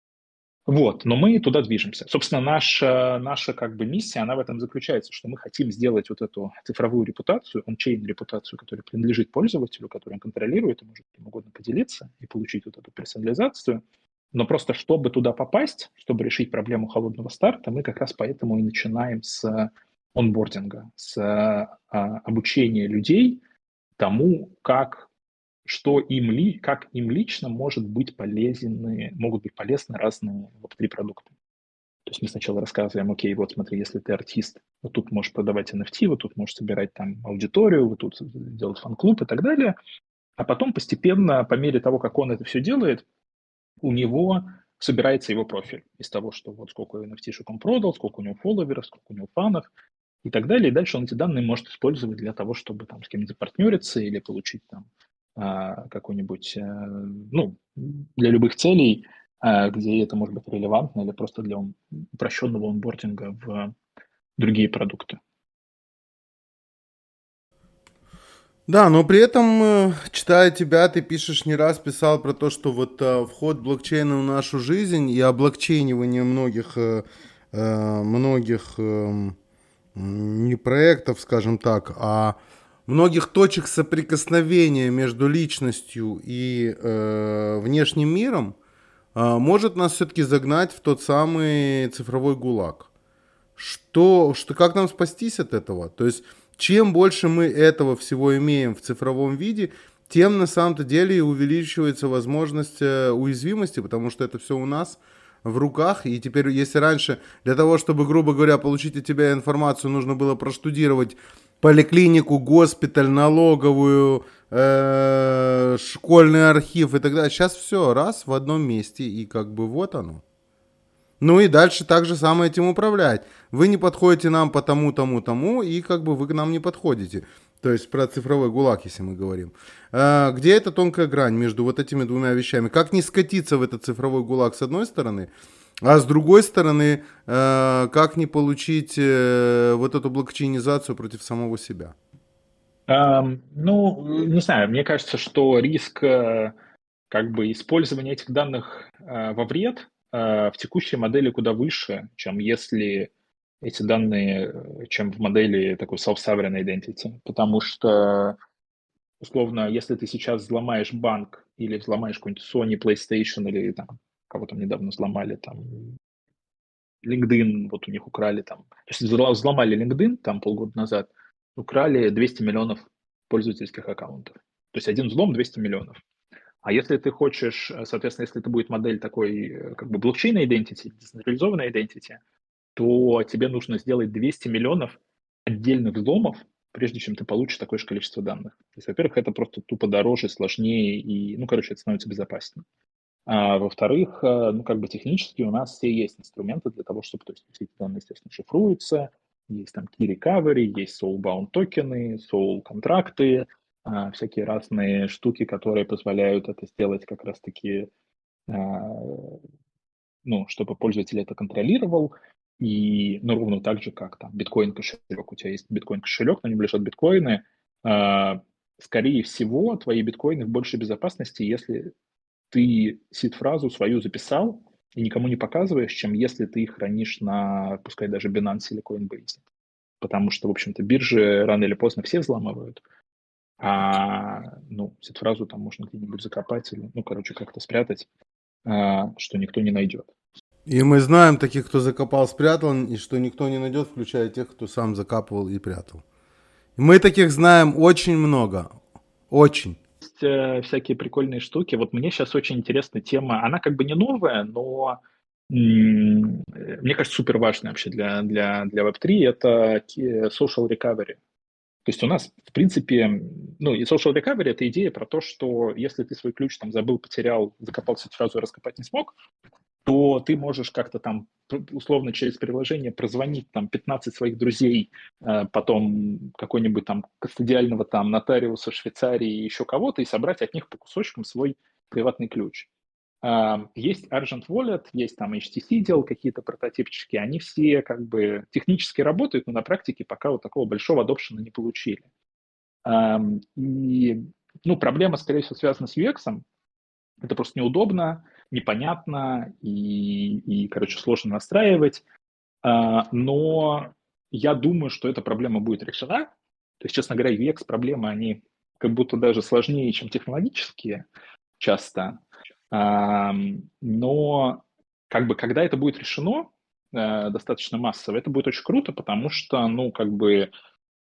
Вот, но мы туда движемся. Собственно, наша, наша как бы миссия, она в этом заключается, что мы хотим сделать вот эту цифровую репутацию, он-чейн репутацию, которая принадлежит пользователю, которую он контролирует и может кем угодно поделиться и получить вот эту персонализацию. Но просто чтобы туда попасть, чтобы решить проблему холодного старта, мы как раз поэтому и начинаем с онбординга, с а, обучения людей тому, как что им ли, как им лично может быть полезны, могут быть полезны разные веб три продукты. То есть мы сначала рассказываем, окей, вот смотри, если ты артист, вот тут можешь продавать эн эф ти, вот тут можешь собирать там аудиторию, вот тут делать фан-клуб и так далее. А потом постепенно, по мере того, как он это все делает, у него собирается его профиль из того, что вот сколько эн эф ти-шек он продал, сколько у него фолловеров, сколько у него фанов и так далее. И дальше он эти данные может использовать для того, чтобы там с кем-то партнериться или получить там а, какой-нибудь, э, ну, для любых целей, а, где это может быть релевантно, или просто для он- упрощенного онбординга в другие продукты. Да, но при этом, э, читая тебя, ты пишешь, не раз писал про то, что вот э, вход блокчейна в нашу жизнь и облокчейнивание многих, э, э, многих эм, м, не проектов, скажем так, а многих точек соприкосновения между личностью и э, внешним миром э, может нас все-таки загнать в тот самый цифровой гулаг. Что, что, как нам спастись от этого? То есть, чем больше мы этого всего имеем в цифровом виде, тем на самом-то деле и увеличивается возможность э, уязвимости, потому что это все у нас в руках. И теперь, если раньше для того, чтобы, грубо говоря, получить от тебя информацию, нужно было проштудировать поликлинику, госпиталь, налоговую, э, школьный архив и так далее. Сейчас все раз в одном месте, и как бы вот оно. Ну и дальше так же самое этим управлять. Вы не подходите нам по тому, тому, тому, и как бы вы к нам не подходите. То есть про цифровой гулаг, если мы говорим. А, где эта тонкая грань между вот этими двумя вещами? Как не скатиться в этот цифровой гулаг с одной стороны, а с другой стороны, э, как не получить э, вот эту блокчейнизацию против самого себя? Ам, ну, не знаю, мне кажется, что риск э, как бы использования этих данных э, во вред э, в текущей модели куда выше, чем если эти данные, э, чем в модели такой self-sovereign identity. Потому что, условно, если ты сейчас взломаешь банк или взломаешь какой-нибудь Sony, PlayStation или там кого там недавно взломали, там LinkedIn, вот у них украли там, то есть взло- взломали LinkedIn там полгода назад, украли двести миллионов пользовательских аккаунтов. То есть один взлом двести миллионов. А если ты хочешь, соответственно, если это будет модель такой, как бы блокчейн identity, децентрализованной identity, то тебе нужно сделать двести миллионов отдельных взломов, прежде чем ты получишь такое же количество данных. То есть, во-первых, это просто тупо дороже, сложнее, и, ну, короче, это становится безопаснее. А во-вторых, ну, как бы технически у нас все есть инструменты для того, чтобы, то есть, все эти данные, естественно, шифруются, есть там key recovery, есть soulbound токены, soul контракты, всякие разные штуки, которые позволяют это сделать как раз-таки, ну, чтобы пользователь это контролировал, и, ну, ровно так же, как там биткоин-кошелек. У тебя есть биткоин-кошелек, на нем лежат биткоины. Скорее всего, твои биткоины в большей безопасности, если ты сид-фразу свою записал и никому не показываешь, чем если ты их хранишь на, пускай даже Binance или Coinbase. Потому что, в общем-то, биржи рано или поздно все взламывают. А, ну, сид-фразу там можно где-нибудь закопать или, ну, короче, как-то спрятать, а, что никто не найдет. И мы знаем таких, кто закопал, спрятал, и что никто не найдет, включая тех, кто сам закапывал и прятал. Мы таких знаем очень много. Очень. Есть э, всякие прикольные штуки. Вот мне сейчас очень интересна тема. Она как бы не новая, но м- мне кажется, супер важная вообще для, для, для веб три. Это social recovery. То есть у нас, в принципе, ну, и social recovery — это идея про то, что если ты свой ключ там забыл, потерял, закопался сразу и раскопать не смог, то ты можешь как-то там условно через приложение прозвонить там пятнадцать своих друзей, потом какой-нибудь там кастодиального там нотариуса Швейцарии и еще кого-то и собрать от них по кусочкам свой приватный ключ. Есть Argent Wallet, есть там эйч ти си-дел, какие-то прототипчики, они все как бы технически работают, но на практике пока вот такого большого адопшена не получили. И, ну, проблема, скорее всего, связана с ю экс. Это просто неудобно, непонятно и, и, короче, сложно настраивать. Но я думаю, что эта проблема будет решена. То есть, честно говоря, ю экс проблемы, они как будто даже сложнее, чем технологические часто. Но как бы когда это будет решено достаточно массово, это будет очень круто, потому что, ну, как бы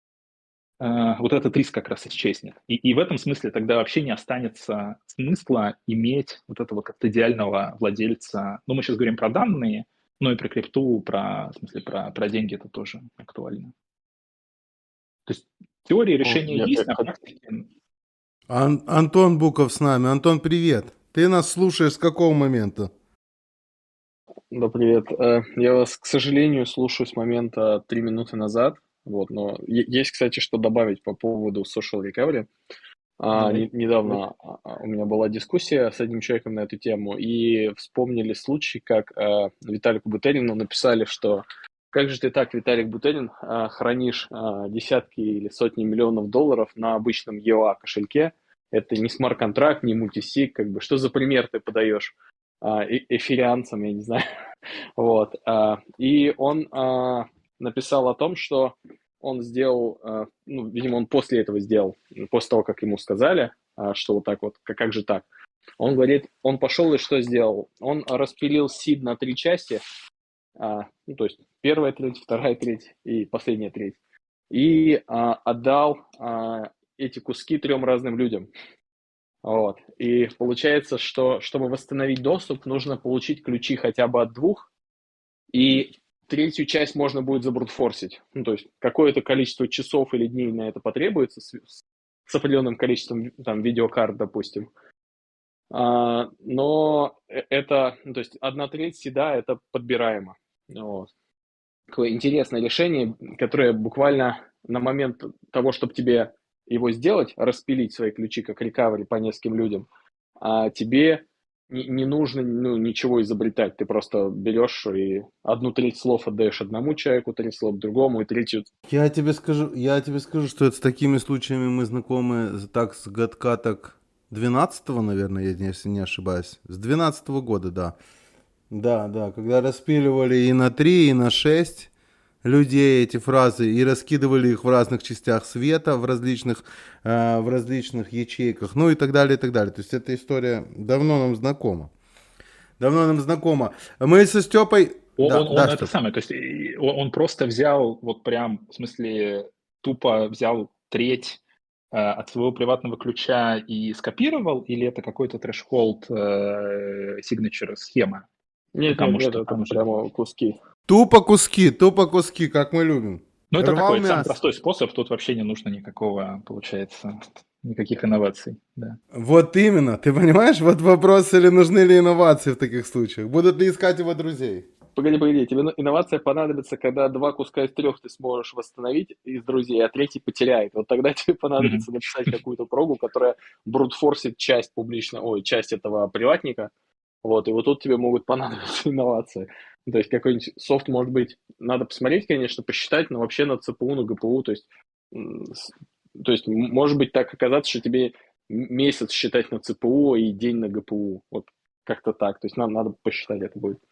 вот этот риск как раз исчезнет. И, и в этом смысле тогда вообще не останется смысла иметь вот этого кастодиального владельца. Ну, мы сейчас говорим про данные, но и про крипту, про, в смысле, про, про деньги это тоже актуально. То есть теория решения я, есть, я, на практике... Ан- Антон Буков с нами. Антон, привет. Ты нас слушаешь с какого момента? Да, привет. Я вас, к сожалению, слушаю с момента три минуты назад. Вот, но есть, кстати, что добавить по поводу social recovery. А, не, недавно у меня была дискуссия с одним человеком на эту тему, и вспомнили случай, как а, Виталику Бутерину написали, что как же ты так, Виталик Бутерин, а, хранишь а, десятки или сотни миллионов долларов на обычном и о а кошельке, это не смарт-контракт, не мультисиг, как бы, что за пример ты подаешь а, э- эфирианцам, я не знаю. Вот. а, И он а, написал о том, что он сделал, а, ну, видимо, он после этого сделал, после того, как ему сказали, а, что вот так вот, как, как же так. Он говорит, он пошел и что сделал? Он распилил сид на три части, а, ну, то есть первая треть, вторая треть и последняя треть, и а, отдал а, эти куски трем разным людям. Вот. И получается, что чтобы восстановить доступ, нужно получить ключи хотя бы от двух, и третью часть можно будет забрутфорсить. Ну, то есть какое-то количество часов или дней на это потребуется с, с определенным количеством там, видеокарт, допустим. А, но это, ну, то есть одна треть седа, это подбираемо. Вот. Такое интересное решение, которое буквально на момент того, чтобы тебе его сделать, распилить свои ключи как рекавери по нескольким людям, а тебе не, не нужно ну, ничего изобретать. Ты просто берешь и одну треть слов отдаешь одному человеку, треть слов другому и третью... Я тебе скажу, я тебе скажу, что это с такими случаями мы знакомы так с годка так двенадцатого, наверное, если не ошибаюсь. С двенадцатого года, да. Да, да, когда распиливали и на три, и на шесть людей эти фразы и раскидывали их в разных частях света, в различных, э, в различных ячейках, ну и так далее, и так далее. То есть эта история давно нам знакома. Давно нам знакома. Мы со Степой... Он, да, он, да, он это Степ. самое, то есть он, он просто взял, вот прям, в смысле, тупо взял треть э, от своего приватного ключа и скопировал, или это какой-то threshold э, signature схема? Нет, нет, Потому нет, что это там уже... прямо куски. Тупо куски, тупо куски, как мы любим. Ну, это Рвал такой самый мясо. простой способ, тут вообще не нужно никакого, получается, никаких инноваций, да. Вот именно, ты понимаешь, вот вопрос, или нужны ли инновации в таких случаях? Будут ли искать его друзей? Погоди, погоди, тебе но- инновация понадобится, когда два куска из трех ты сможешь восстановить из друзей, а третий потеряет. Вот тогда тебе Мгм. понадобится написать какую-то прогу, которая брутфорсит часть публично, ой, часть этого приватника. Вот, и вот тут тебе могут понадобиться инновации. То есть какой-нибудь софт, может быть, надо посмотреть, конечно, посчитать, но вообще на ЦПУ, на ГПУ, то есть, м, с- то есть м- может быть так оказаться, что тебе м- месяц считать на ЦПУ и день на ГПУ. Вот как-то так. То есть нам надо посчитать это будет.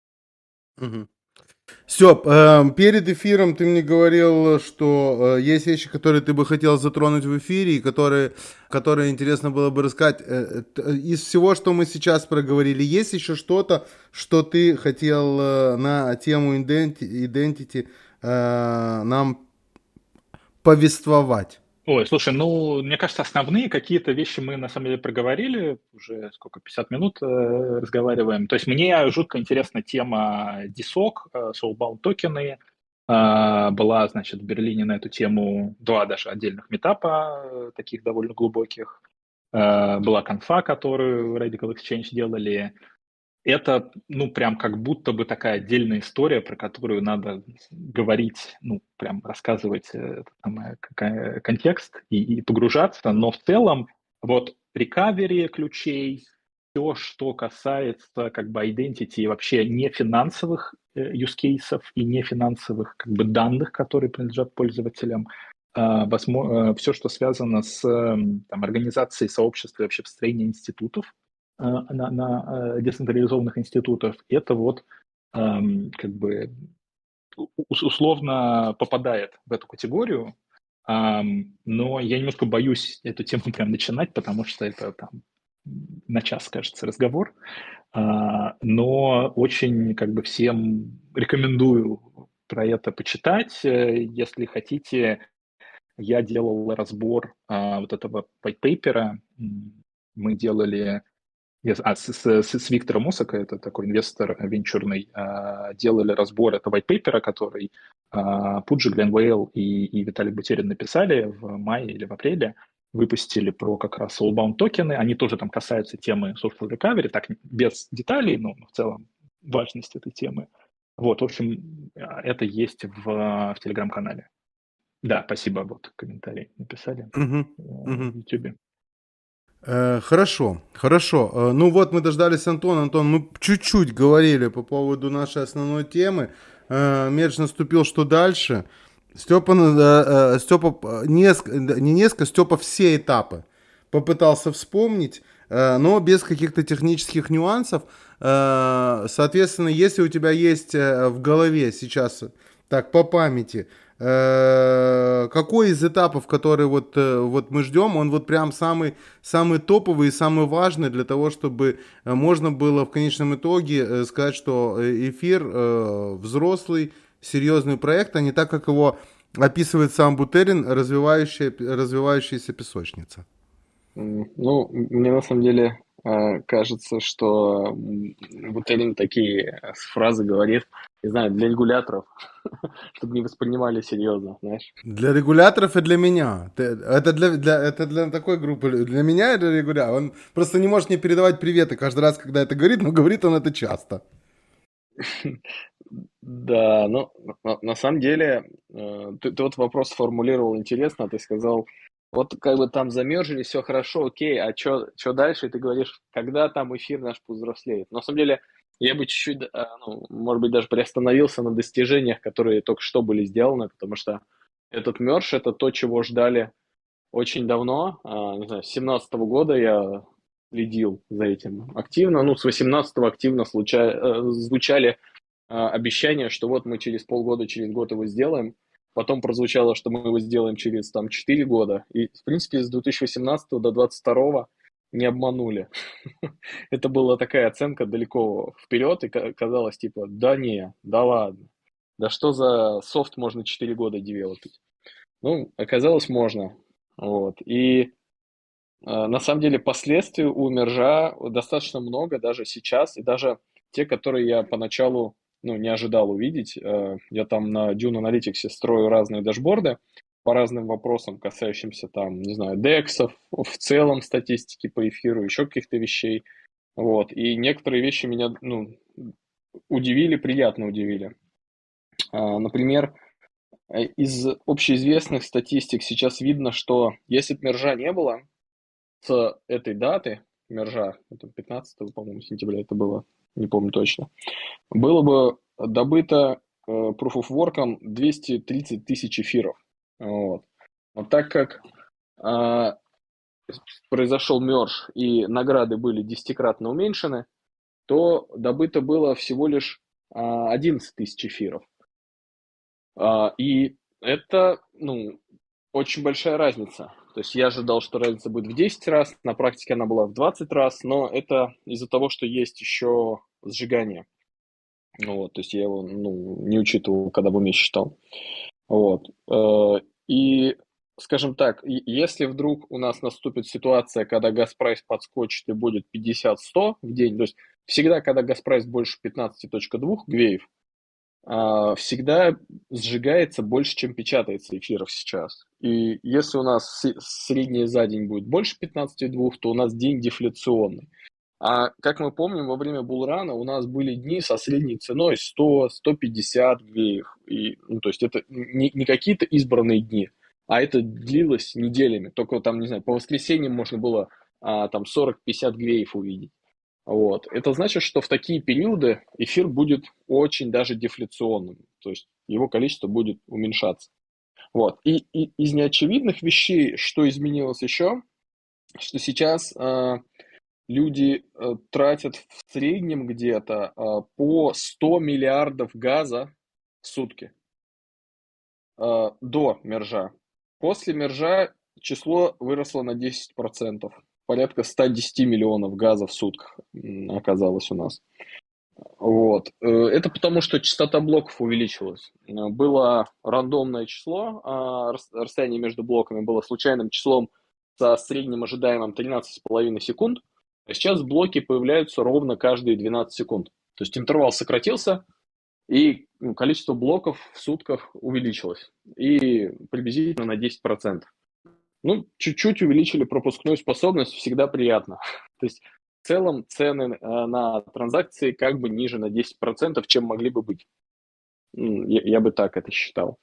Степ, эм, перед эфиром ты мне говорил, что э, есть вещи, которые ты бы хотел затронуть в эфире, и которые, которые интересно было бы рассказать. Э, т- Из всего, что мы сейчас проговорили, есть еще что-то, что ты хотел э, на тему иденти- identity э, нам повествовать? Ой, слушай, ну, мне кажется, основные какие-то вещи мы на самом деле проговорили, уже сколько, пятьдесят минут э, разговариваем. То есть мне жутко интересна тема дисок, э, soulbound токены. Э, была, значит, в Берлине на эту тему два даже отдельных метапа, э, таких довольно глубоких. Э, была конфа, которую Radical Exchange делали. Это, ну, прям как будто бы такая отдельная история, про которую надо говорить, ну, прям рассказывать э, этот самый к- контекст и, и погружаться. Но в целом вот recovery ключей, все, что касается как бы identity и вообще не финансовых э, use cases и не финансовых как бы данных, которые принадлежат пользователям, все, что связано с э, там, организацией сообщества и вообще построением институтов, э, на, на э, децентрализованных институтов, это вот эм, как бы у- условно попадает в эту категорию, Ам, но я немножко боюсь эту тему прям начинать, потому что это там на час, кажется, разговор. А, но очень как бы всем рекомендую про это почитать. Э, Если хотите, я делал разбор а, вот этого white paper. М, Мы делали Yes, а с, с- с- с Виктором Осако, это такой инвестор венчурный, а, делали разбор этого white paper, который а, Пуджи, Глен Вейл и, и Виталий Бутерин написали в мае или в апреле, выпустили про как раз soulbound токены. Они тоже там касаются темы social recovery, так без деталей, но в целом важность этой темы. Вот, в общем, а, это есть в, в Телеграм-канале. Да, спасибо, вот комментарий написали Мгм, э, мгм. в Ютубе. Э, Хорошо, хорошо. Э, Ну вот мы дождались Антона. Антон, мы чуть-чуть говорили по поводу нашей основной темы. Э, Мерч наступил, что дальше. Степа, э, э, Степа э, неск- да, не несколько, Степа все этапы попытался вспомнить, э, но без каких-то технических нюансов. Э, Соответственно, если у тебя есть э, в голове сейчас, так, по памяти, э, какой из этапов, который вот, э, вот мы ждем, он вот прям самый, самый топовый и самый важный для того, чтобы э, можно было в конечном итоге э, сказать, что э, эфир э, взрослый, серьезный проект, а не так, как его описывает сам Бутерин, развивающая, развивающаяся песочница. М, Ну, м- мне на самом деле э, кажется, что м, Бутерин такие э, фразы говорит, не знаю, для регуляторов, чтобы не воспринимали серьезно, знаешь. Для регуляторов и для меня. Ты- Это для, для, это для такой группы. лю- Для меня и для регулятора. Он просто не может мне передавать приветы каждый раз, когда это говорит, но говорит он это часто. Да, ну, на, на самом деле, э, ты, ты вот вопрос сформулировал интересно, ты сказал, вот как бы там замержили, все хорошо, окей, а что дальше? И ты говоришь, когда там эфир наш повзрослеет. Но на самом деле, я бы чуть-чуть, э, ну, может быть, даже приостановился на достижениях, которые только что были сделаны, потому что этот мерж — это то, чего ждали очень давно, а, не знаю, с семнадцатого года я следил за этим активно, ну, с восемнадцатого активно случа... э, звучали а, обещание, что вот мы через полгода, через год его сделаем. Потом прозвучало, что мы его сделаем через там четыре года. И, в принципе, с две тысячи восемнадцатого до двадцать второго не обманули. Это была такая оценка далеко вперед, и казалось, типа, да не, да ладно. Да что за софт можно четыре года девелопить? Ну, оказалось, можно. Вот. И э, на самом деле последствий у мержа достаточно много даже сейчас, и даже те, которые я поначалу ну, не ожидал увидеть. Э, я там на Dune Analytics строю разные дашборды по разным вопросам, касающимся там, не знаю, дексов, в целом статистики по эфиру, еще каких-то вещей. Вот. И некоторые вещи меня ну, удивили, приятно удивили. А, Например, э, из общеизвестных статистик сейчас видно, что если бы мержа не было, с этой даты мержа, это пятнадцатого, по-моему, сентября это было, не помню точно, было бы добыто э, Proof of Work двести тридцать тысяч эфиров. Вот. Но так как а, произошел мерж и награды были десятикратно уменьшены, то добыто было всего лишь а, одиннадцать тысяч эфиров. А, и это, ну, очень большая разница. То есть я ожидал, что разница будет в десять раз, на практике она была в двадцать раз, но это из-за того, что есть еще сжигание. Ну вот, то есть я его ну, не учитывал, когда в уме считал. Вот. Э, И, скажем так, и- если вдруг у нас наступит ситуация, когда газпрайс подскочит и будет пятьдесят-сто в день, то есть всегда, когда газпрайс больше пятнадцать целых две гвеев, а, всегда сжигается больше, чем печатается эфиров сейчас. И если у нас с- средний за день будет больше пятнадцать целых две, то у нас день дефляционный. А как мы помним, во время булрана у нас были дни со средней ценой сто сто пятьдесят гвеев. И, ну, то есть это не, не какие-то избранные дни, а это длилось неделями. Только там, не знаю, по воскресеньям можно было а, там сорок-пятьдесят гвеев увидеть. Вот. Это значит, что в такие периоды эфир будет очень даже дефляционным, то есть его количество будет уменьшаться. Вот. И, и из неочевидных вещей, что изменилось еще, что сейчас э, люди э, тратят в среднем где-то э, по сто миллиардов газа в сутки э, до мержа. После мержа число выросло на десять процентов. Порядка сто десять миллионов газа в сутках оказалось у нас. Вот. Это потому, что частота блоков увеличилась. Было рандомное число, а расстояние между блоками было случайным числом со средним ожидаемым тринадцать с половиной секунд, а сейчас блоки появляются ровно каждые двенадцать секунд. То есть интервал сократился, и количество блоков в сутках увеличилось. И приблизительно на десять процентов. Ну, чуть-чуть увеличили пропускную способность, всегда приятно. То есть в целом цены на транзакции как бы ниже на десять процентов, чем могли бы быть. Я, я бы так это считал.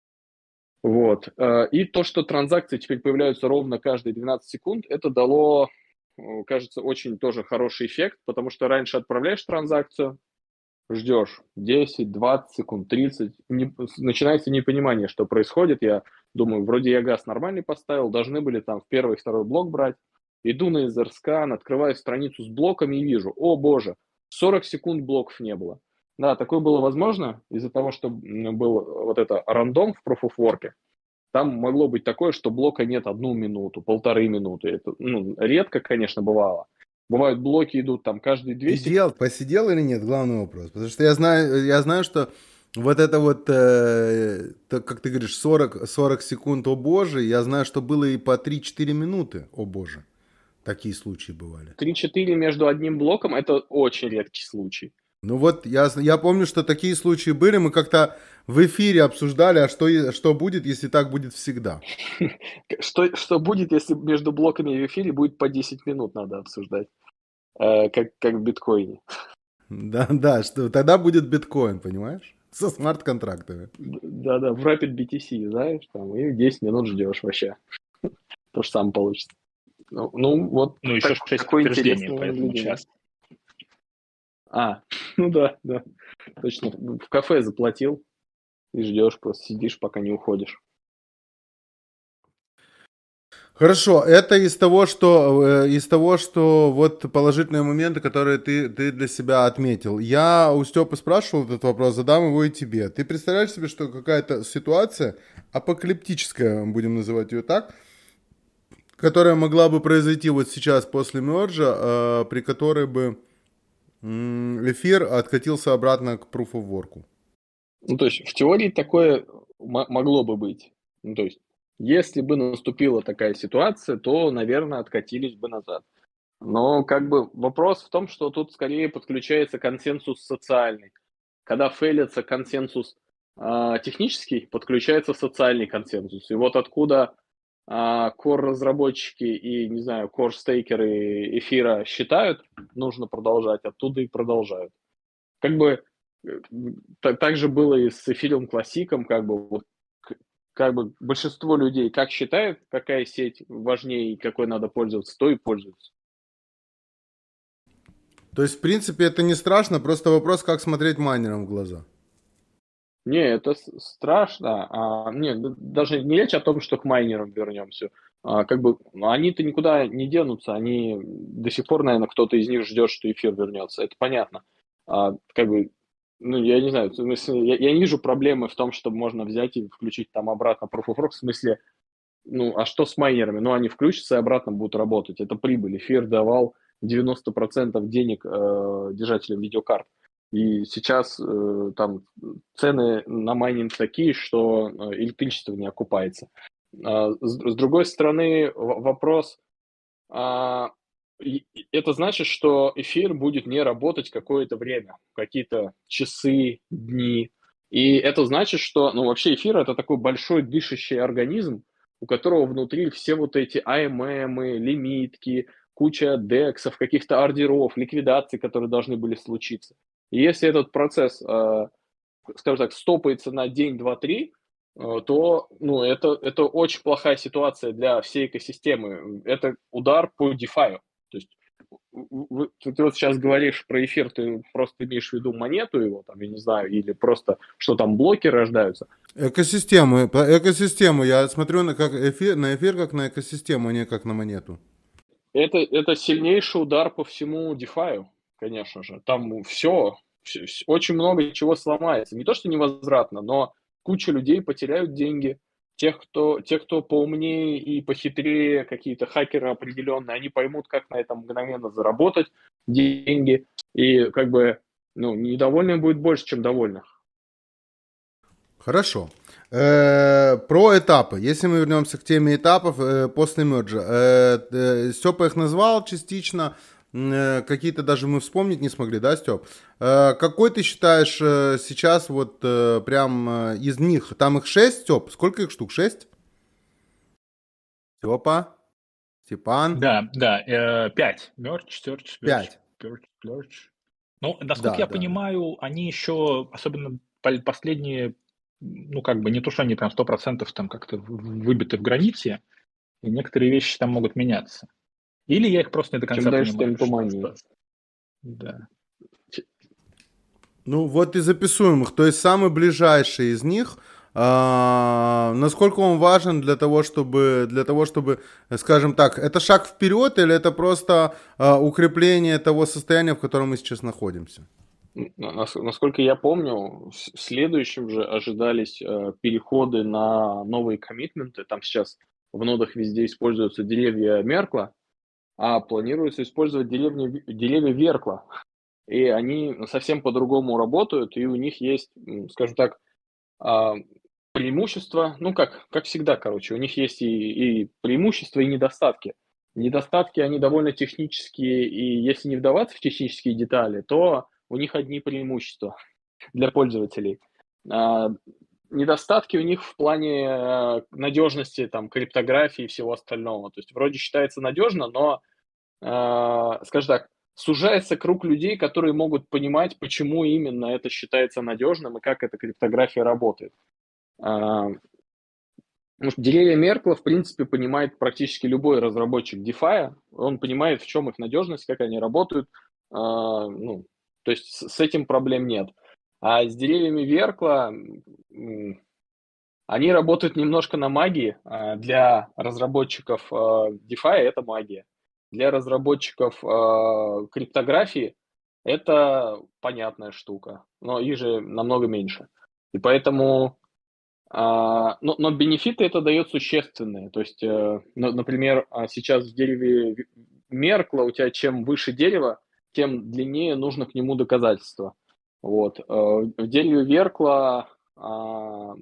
Вот. И то, что транзакции теперь появляются ровно каждые двенадцать секунд, это дало, кажется, очень тоже хороший эффект, потому что раньше отправляешь транзакцию, ждешь десять, двадцать секунд, тридцать, не, начинается непонимание, что происходит. Я думаю, вроде я газ нормальный поставил, должны были там в первый и второй блок брать. Иду на EtherScan, открываю страницу с блоками и вижу, о боже, сорок секунд блоков не было. Да, такое было возможно из-за того, что был вот это рандом в Proof of Work. Там могло быть такое, что блока нет одну минуту, полторы минуты. Это ну, редко, конечно, бывало. Бывают блоки идут там каждые две секунды. Сидел, посидел или нет? Главный вопрос. Потому что я знаю, я знаю, что вот это вот, э, то, как ты говоришь, сорок, сорок секунд, о боже, я знаю, что было и по три-четыре минуты, о боже. Такие случаи бывали. три-четыре между одним блоком – это очень редкий случай. Ну вот, я, я помню, что такие случаи были, мы как-то в эфире обсуждали, а что, что будет, если так будет всегда. Что, что будет, если между блоками в эфире будет по десять минут, надо обсуждать, э, как, как в биткоине. Да, да, что тогда будет биткоин, понимаешь? Со смарт-контрактами. Да-да, в Rapid би ти си, знаешь, там, и десять минут ждешь вообще. То же самое получится. Ну, ну вот Ну, еще так, шесть такое подтверждений, интересное поэтому наблюдение. час. А, ну да, да, точно. В кафе заплатил и ждешь, просто сидишь, пока не уходишь. Хорошо, это из того, что э, из того, что вот положительные моменты, которые ты, ты для себя отметил. Я у Степы спрашивал этот вопрос, задам его и тебе. Ты представляешь себе, что какая-то ситуация апокалиптическая, будем называть ее так, которая могла бы произойти вот сейчас после мерджа, э, при которой бы м, эфир откатился обратно к Proof of Work? Ну, то есть в теории такое м- могло бы быть. Ну, то есть Если бы наступила такая ситуация, то, наверное, откатились бы назад. Но как бы вопрос в том, что тут скорее подключается консенсус социальный. Когда фейлится консенсус а, технический, подключается социальный консенсус. И вот откуда а, core-разработчики и, не знаю, core-стейкеры эфира считают, нужно продолжать, оттуда и продолжают. Как бы э, так, так же было и с эфиром классиком, как бы вот к- как бы большинство людей как считают, какая сеть важнее и какой надо пользоваться, то и пользуются. То есть, в принципе, это не страшно, просто вопрос, как смотреть майнерам в глаза. Не, это с- страшно. А, не, д- даже не речь о том, что к майнерам вернемся. А, как бы ну, они-то никуда не денутся. Они до сих пор, наверное, кто-то из них ждет, что эфир вернется. Это понятно. А, как бы, ну, я не знаю, в смысле, я, я не вижу проблемы в том, что можно взять и включить там обратно Proof of Work. В смысле, ну, а что с майнерами? Ну, они включатся и обратно будут работать. Это прибыль. Эфир давал девяносто процентов денег э, держателям видеокарт. И сейчас э, там цены на майнинг такие, что э, электричество не окупается. А, с, с другой стороны, в- вопрос, а, и- и это значит, что эфир будет не работать какое-то время, какие-то часы, дни. И это значит, что, ну, вообще эфир это такой большой дышащий организм, у которого внутри все вот эти А Эм Эм, лимитки, куча дексов, каких-то ордеров, ликвидаций, которые должны были случиться. И если этот процесс, э, скажем так, стопается на день, два, три, э, то ну, это, это очень плохая ситуация для всей экосистемы. Это удар по DeFi. То есть вы, ты вот сейчас говоришь про эфир, ты просто имеешь в виду монету его, там, я не знаю, или просто, что там блоки рождаются. Экосистемы, по экосистему. Я смотрю на, как эфир, на эфир как на экосистему, а не как на монету. Это, это сильнейший удар по всему DeFi, конечно же. Там все, очень много чего сломается. Не то, что невозвратно, но куча людей потеряют деньги. Тех, кто, те, кто поумнее и похитрее, какие-то хакеры определенные, они поймут, как на этом мгновенно заработать деньги. И как бы, ну, недовольных будет больше, чем довольных. Хорошо. Э, Про этапы. Если мы вернемся к теме этапов э, после мерджа. Э, э, Степа их назвал частично. М, э, Какие-то даже мы вспомнить не смогли, да, Степ? Э, Какой ты считаешь э, сейчас вот э, прям э, из них? Там их шесть, Степ? Сколько их штук? Шесть? Степа? Степан? Да, да, э, пять. Merge, Search, Verge, Пять. Purge, Plurge. Ну, насколько Да, я да, да. понимаю, они еще, особенно пол- последние, ну, как бы не то, что они прям сто процентов там как-то в- выбиты в граните, и некоторые вещи там могут меняться. Или я их просто не до Чем конца дальше, тем понимаю, что, туманнее. что, да. Ну, вот из записуемых, то есть самый ближайший из них, а, насколько он важен для того, чтобы, для того, чтобы, скажем так, это шаг вперед или это просто а, укрепление того состояния, в котором мы сейчас находимся? Нас- Насколько я помню, в с- в следующем же ожидались э, переходы на новые коммитменты. Там сейчас в нодах везде используются деревья Меркла, а планируется использовать деревни, Ви- деревья Веркла. И они совсем по-другому работают, и у них есть, м, скажем так, а, преимущества, ну как, как всегда, короче, у них есть и, и преимущества, и недостатки. Недостатки, они довольно технические, и если не вдаваться в технические детали, то у них одни преимущества для пользователей. А, недостатки у них в плане э, надежности, там, криптографии и всего остального. То есть вроде считается надежно, но, э, скажем так, сужается круг людей, которые могут понимать, почему именно это считается надежным и как эта криптография работает. А, потому что деревья Меркла, в принципе, понимает практически любой разработчик DeFi. Он понимает, в чем их надежность, как они работают. А, ну, то есть с, с этим проблем нет. А с деревьями Веркла м, они работают немножко на магии. А для разработчиков а, DeFi это магия. Для разработчиков а, криптографии это понятная штука, но их же намного меньше. И поэтому а, но, но бенефиты это дает существенные. То есть, э, ну, например, а, сейчас в дереве Ви- Меркла у тебя чем выше дерево, тем длиннее нужно к нему доказательство. Вот. Э, В дереве Веркла а,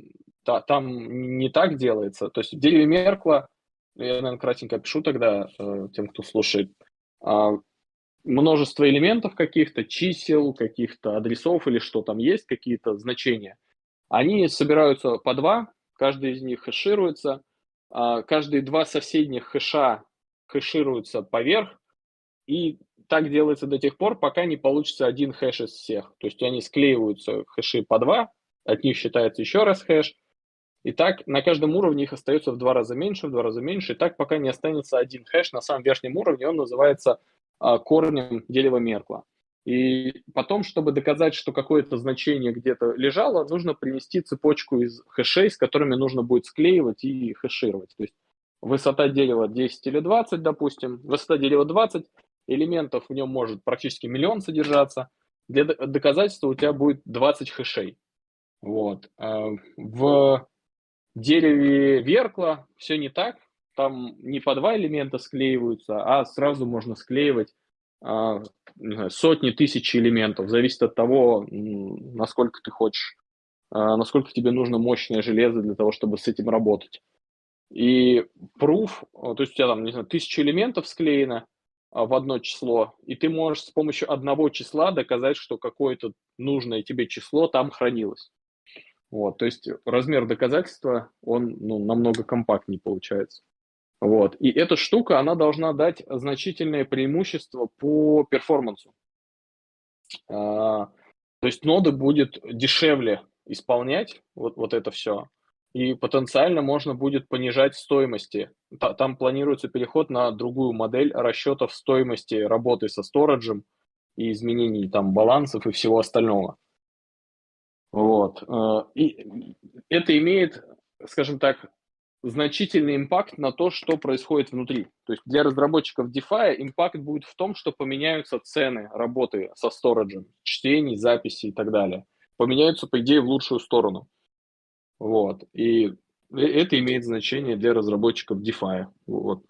та, там не так делается. То есть в дереве Меркла, я, наверное, кратенько опишу тогда э, тем, кто слушает, э, множество элементов каких-то, чисел, каких-то адресов или что там есть, какие-то значения. Они собираются по два, каждый из них хэшируется, э, каждые два соседних хэша хэшируются поверх, и так делается до тех пор, пока не получится один хэш из всех. То есть они склеиваются хэши по два, от них считается еще раз хэш, и так на каждом уровне их остается в два раза меньше, в два раза меньше, и так пока не останется один хэш на самом верхнем уровне, он называется а, корнем дерева Меркла. И потом, чтобы доказать, что какое-то значение где-то лежало, нужно принести цепочку из хэшей, с которыми нужно будет склеивать и хэшировать. То есть высота дерева десять или двадцать, допустим, высота дерева двадцать, элементов в нем может практически миллион содержаться. Для доказательства у тебя будет двадцать хэшей. Вот. В дереве Веркла все не так. Там не по два элемента склеиваются, а сразу можно склеивать не знаю, сотни, тысячи элементов. Зависит от того, насколько ты хочешь, насколько тебе нужно мощное железо для того, чтобы с этим работать. И proof, то есть у тебя там, не знаю, тысяча элементов склеено в одно число, и ты можешь с помощью одного числа доказать, что какое-то нужное тебе число там хранилось. Вот, то есть размер доказательства, он ну, намного компактнее получается. Вот. И эта штука, она должна дать значительное преимущество по перформансу. А, то есть ноды будет дешевле исполнять вот, вот это все, и потенциально можно будет понижать стоимости. Там планируется переход на другую модель расчетов стоимости работы со сториджем и изменений там балансов и всего остального. Вот. И это имеет, скажем так, значительный импакт на то, что происходит внутри. То есть для разработчиков DeFi импакт будет в том, что поменяются цены работы со сториджем, чтений, записей и так далее. Поменяются, по идее, в лучшую сторону. Вот. И это имеет значение для разработчиков DeFi. Вот.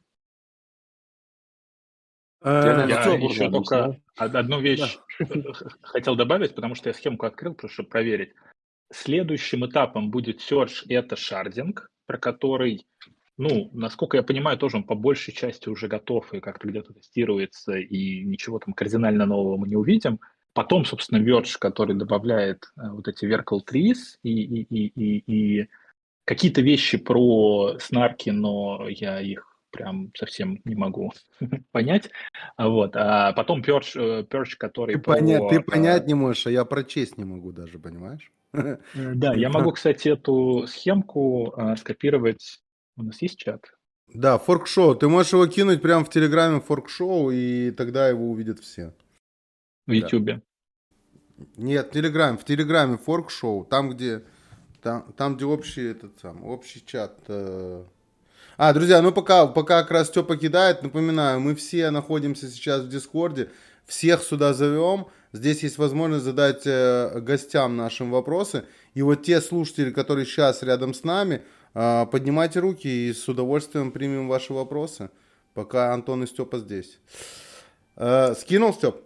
Я, я еще только одну вещь да. хотел добавить, потому что я схемку открыл, просто чтобы проверить. Следующим этапом будет Search, это шардинг, про который, ну, насколько я понимаю, тоже он по большей части уже готов и как-то где-то тестируется, и ничего там кардинально нового мы не увидим. Потом, собственно, Verge, который добавляет вот эти Verkle trees и, и, и, и, и какие-то вещи про снарки, но я их прям совсем не могу понять. Вот. А потом Purge, Purge который ты про... Понять, ты понять не можешь, а я прочесть не могу даже, понимаешь? Да, я могу, кстати, эту схемку а, скопировать. У нас есть чат? Да, форк-шоу. Ты можешь его кинуть прямо в Телеграме форк-шоу, и тогда его увидят все. В Ютубе? Да. Нет, в Телеграме. В Телеграме форк-шоу. Там, где, там, там, где общий, этот сам, общий чат. Э... А, друзья, ну пока, пока как раз Степа кидает, напоминаю, мы все находимся сейчас в Дискорде. Всех сюда зовем. Здесь есть возможность задать э, гостям нашим вопросы. И вот те слушатели, которые сейчас рядом с нами, э, поднимайте руки и с удовольствием примем ваши вопросы. Пока Антон и Степа здесь. Э, скинул, Степ?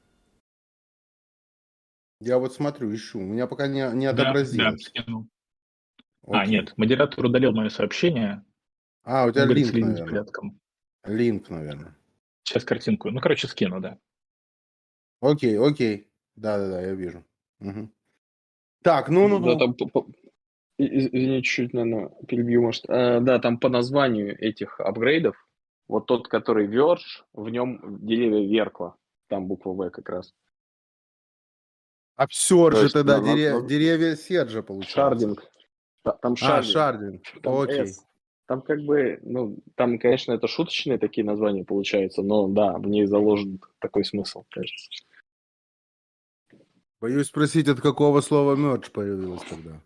Я вот смотрю, ищу. У меня пока не, не отобразилось. Да, да, скинул. Окей. А, нет, модератор удалил мое сообщение. А, у тебя Он линк, говорит, наверное. порядком. Линк, наверное. Сейчас картинку. Ну, короче, скину, да. Окей, окей. Да-да-да, я вижу. Угу. Так, ну, ну, да, ну. Там, извини, чуть-чуть, наверное, перебью, может. А, да, там по названию этих апгрейдов, вот тот, который Verge, в нем деревья Веркла. Там буква В как раз. А все же есть, тогда на, дерев... на... деревья Серджа получается. Шардинг. Там шардинг. А, шардинг. Там Окей. S. Там как бы, ну, там, конечно, это шуточные такие названия получаются, но да, в ней заложен такой смысл, кажется. Боюсь спросить, от какого слова мерч появилось тогда?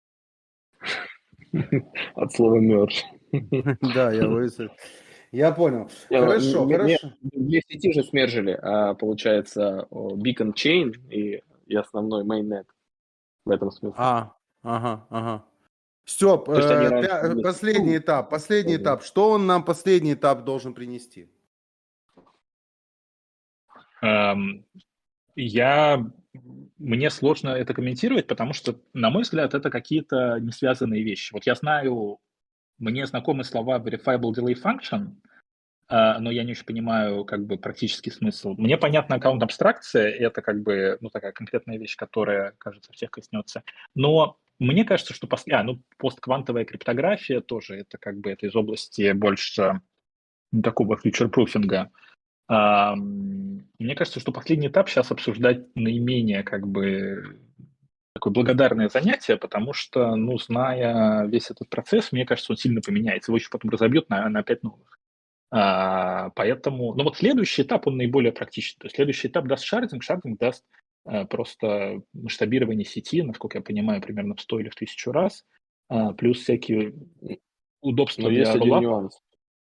От слова мерч. Да, я боюсь. Я понял. Хорошо, хорошо. Две сети же смержили, получается, Beacon Chain и основной Mainnet в этом смысле. А, ага, ага. Степ, э, последний этап, последний этап. Что он нам последний этап должен принести? Эм, Я... Мне сложно это комментировать, потому что, на мой взгляд, это какие-то не связанные вещи. Вот я знаю, мне знакомы слова verifiable delay function, а, но я не очень понимаю как бы практический смысл. Мне понятна аккаунт-абстракция, это как бы ну, такая конкретная вещь, которая, кажется, всех коснется. Но мне кажется, что после... а, ну, постквантовая криптография тоже, это как бы это из области больше ну, такого фьючерпруфинга. А, мне кажется, что последний этап сейчас обсуждать наименее как бы такое благодарное занятие, потому что, ну, зная весь этот процесс, мне кажется, он сильно поменяется. Его еще потом разобьют на, на пять новых. А, поэтому, ну вот следующий этап, он наиболее практичный. То есть следующий этап даст шардинг, шардинг даст а, просто масштабирование сети, насколько я понимаю, примерно в сто или в тысячу раз, а, плюс всякие удобства Но для есть один роллапа. нюанс.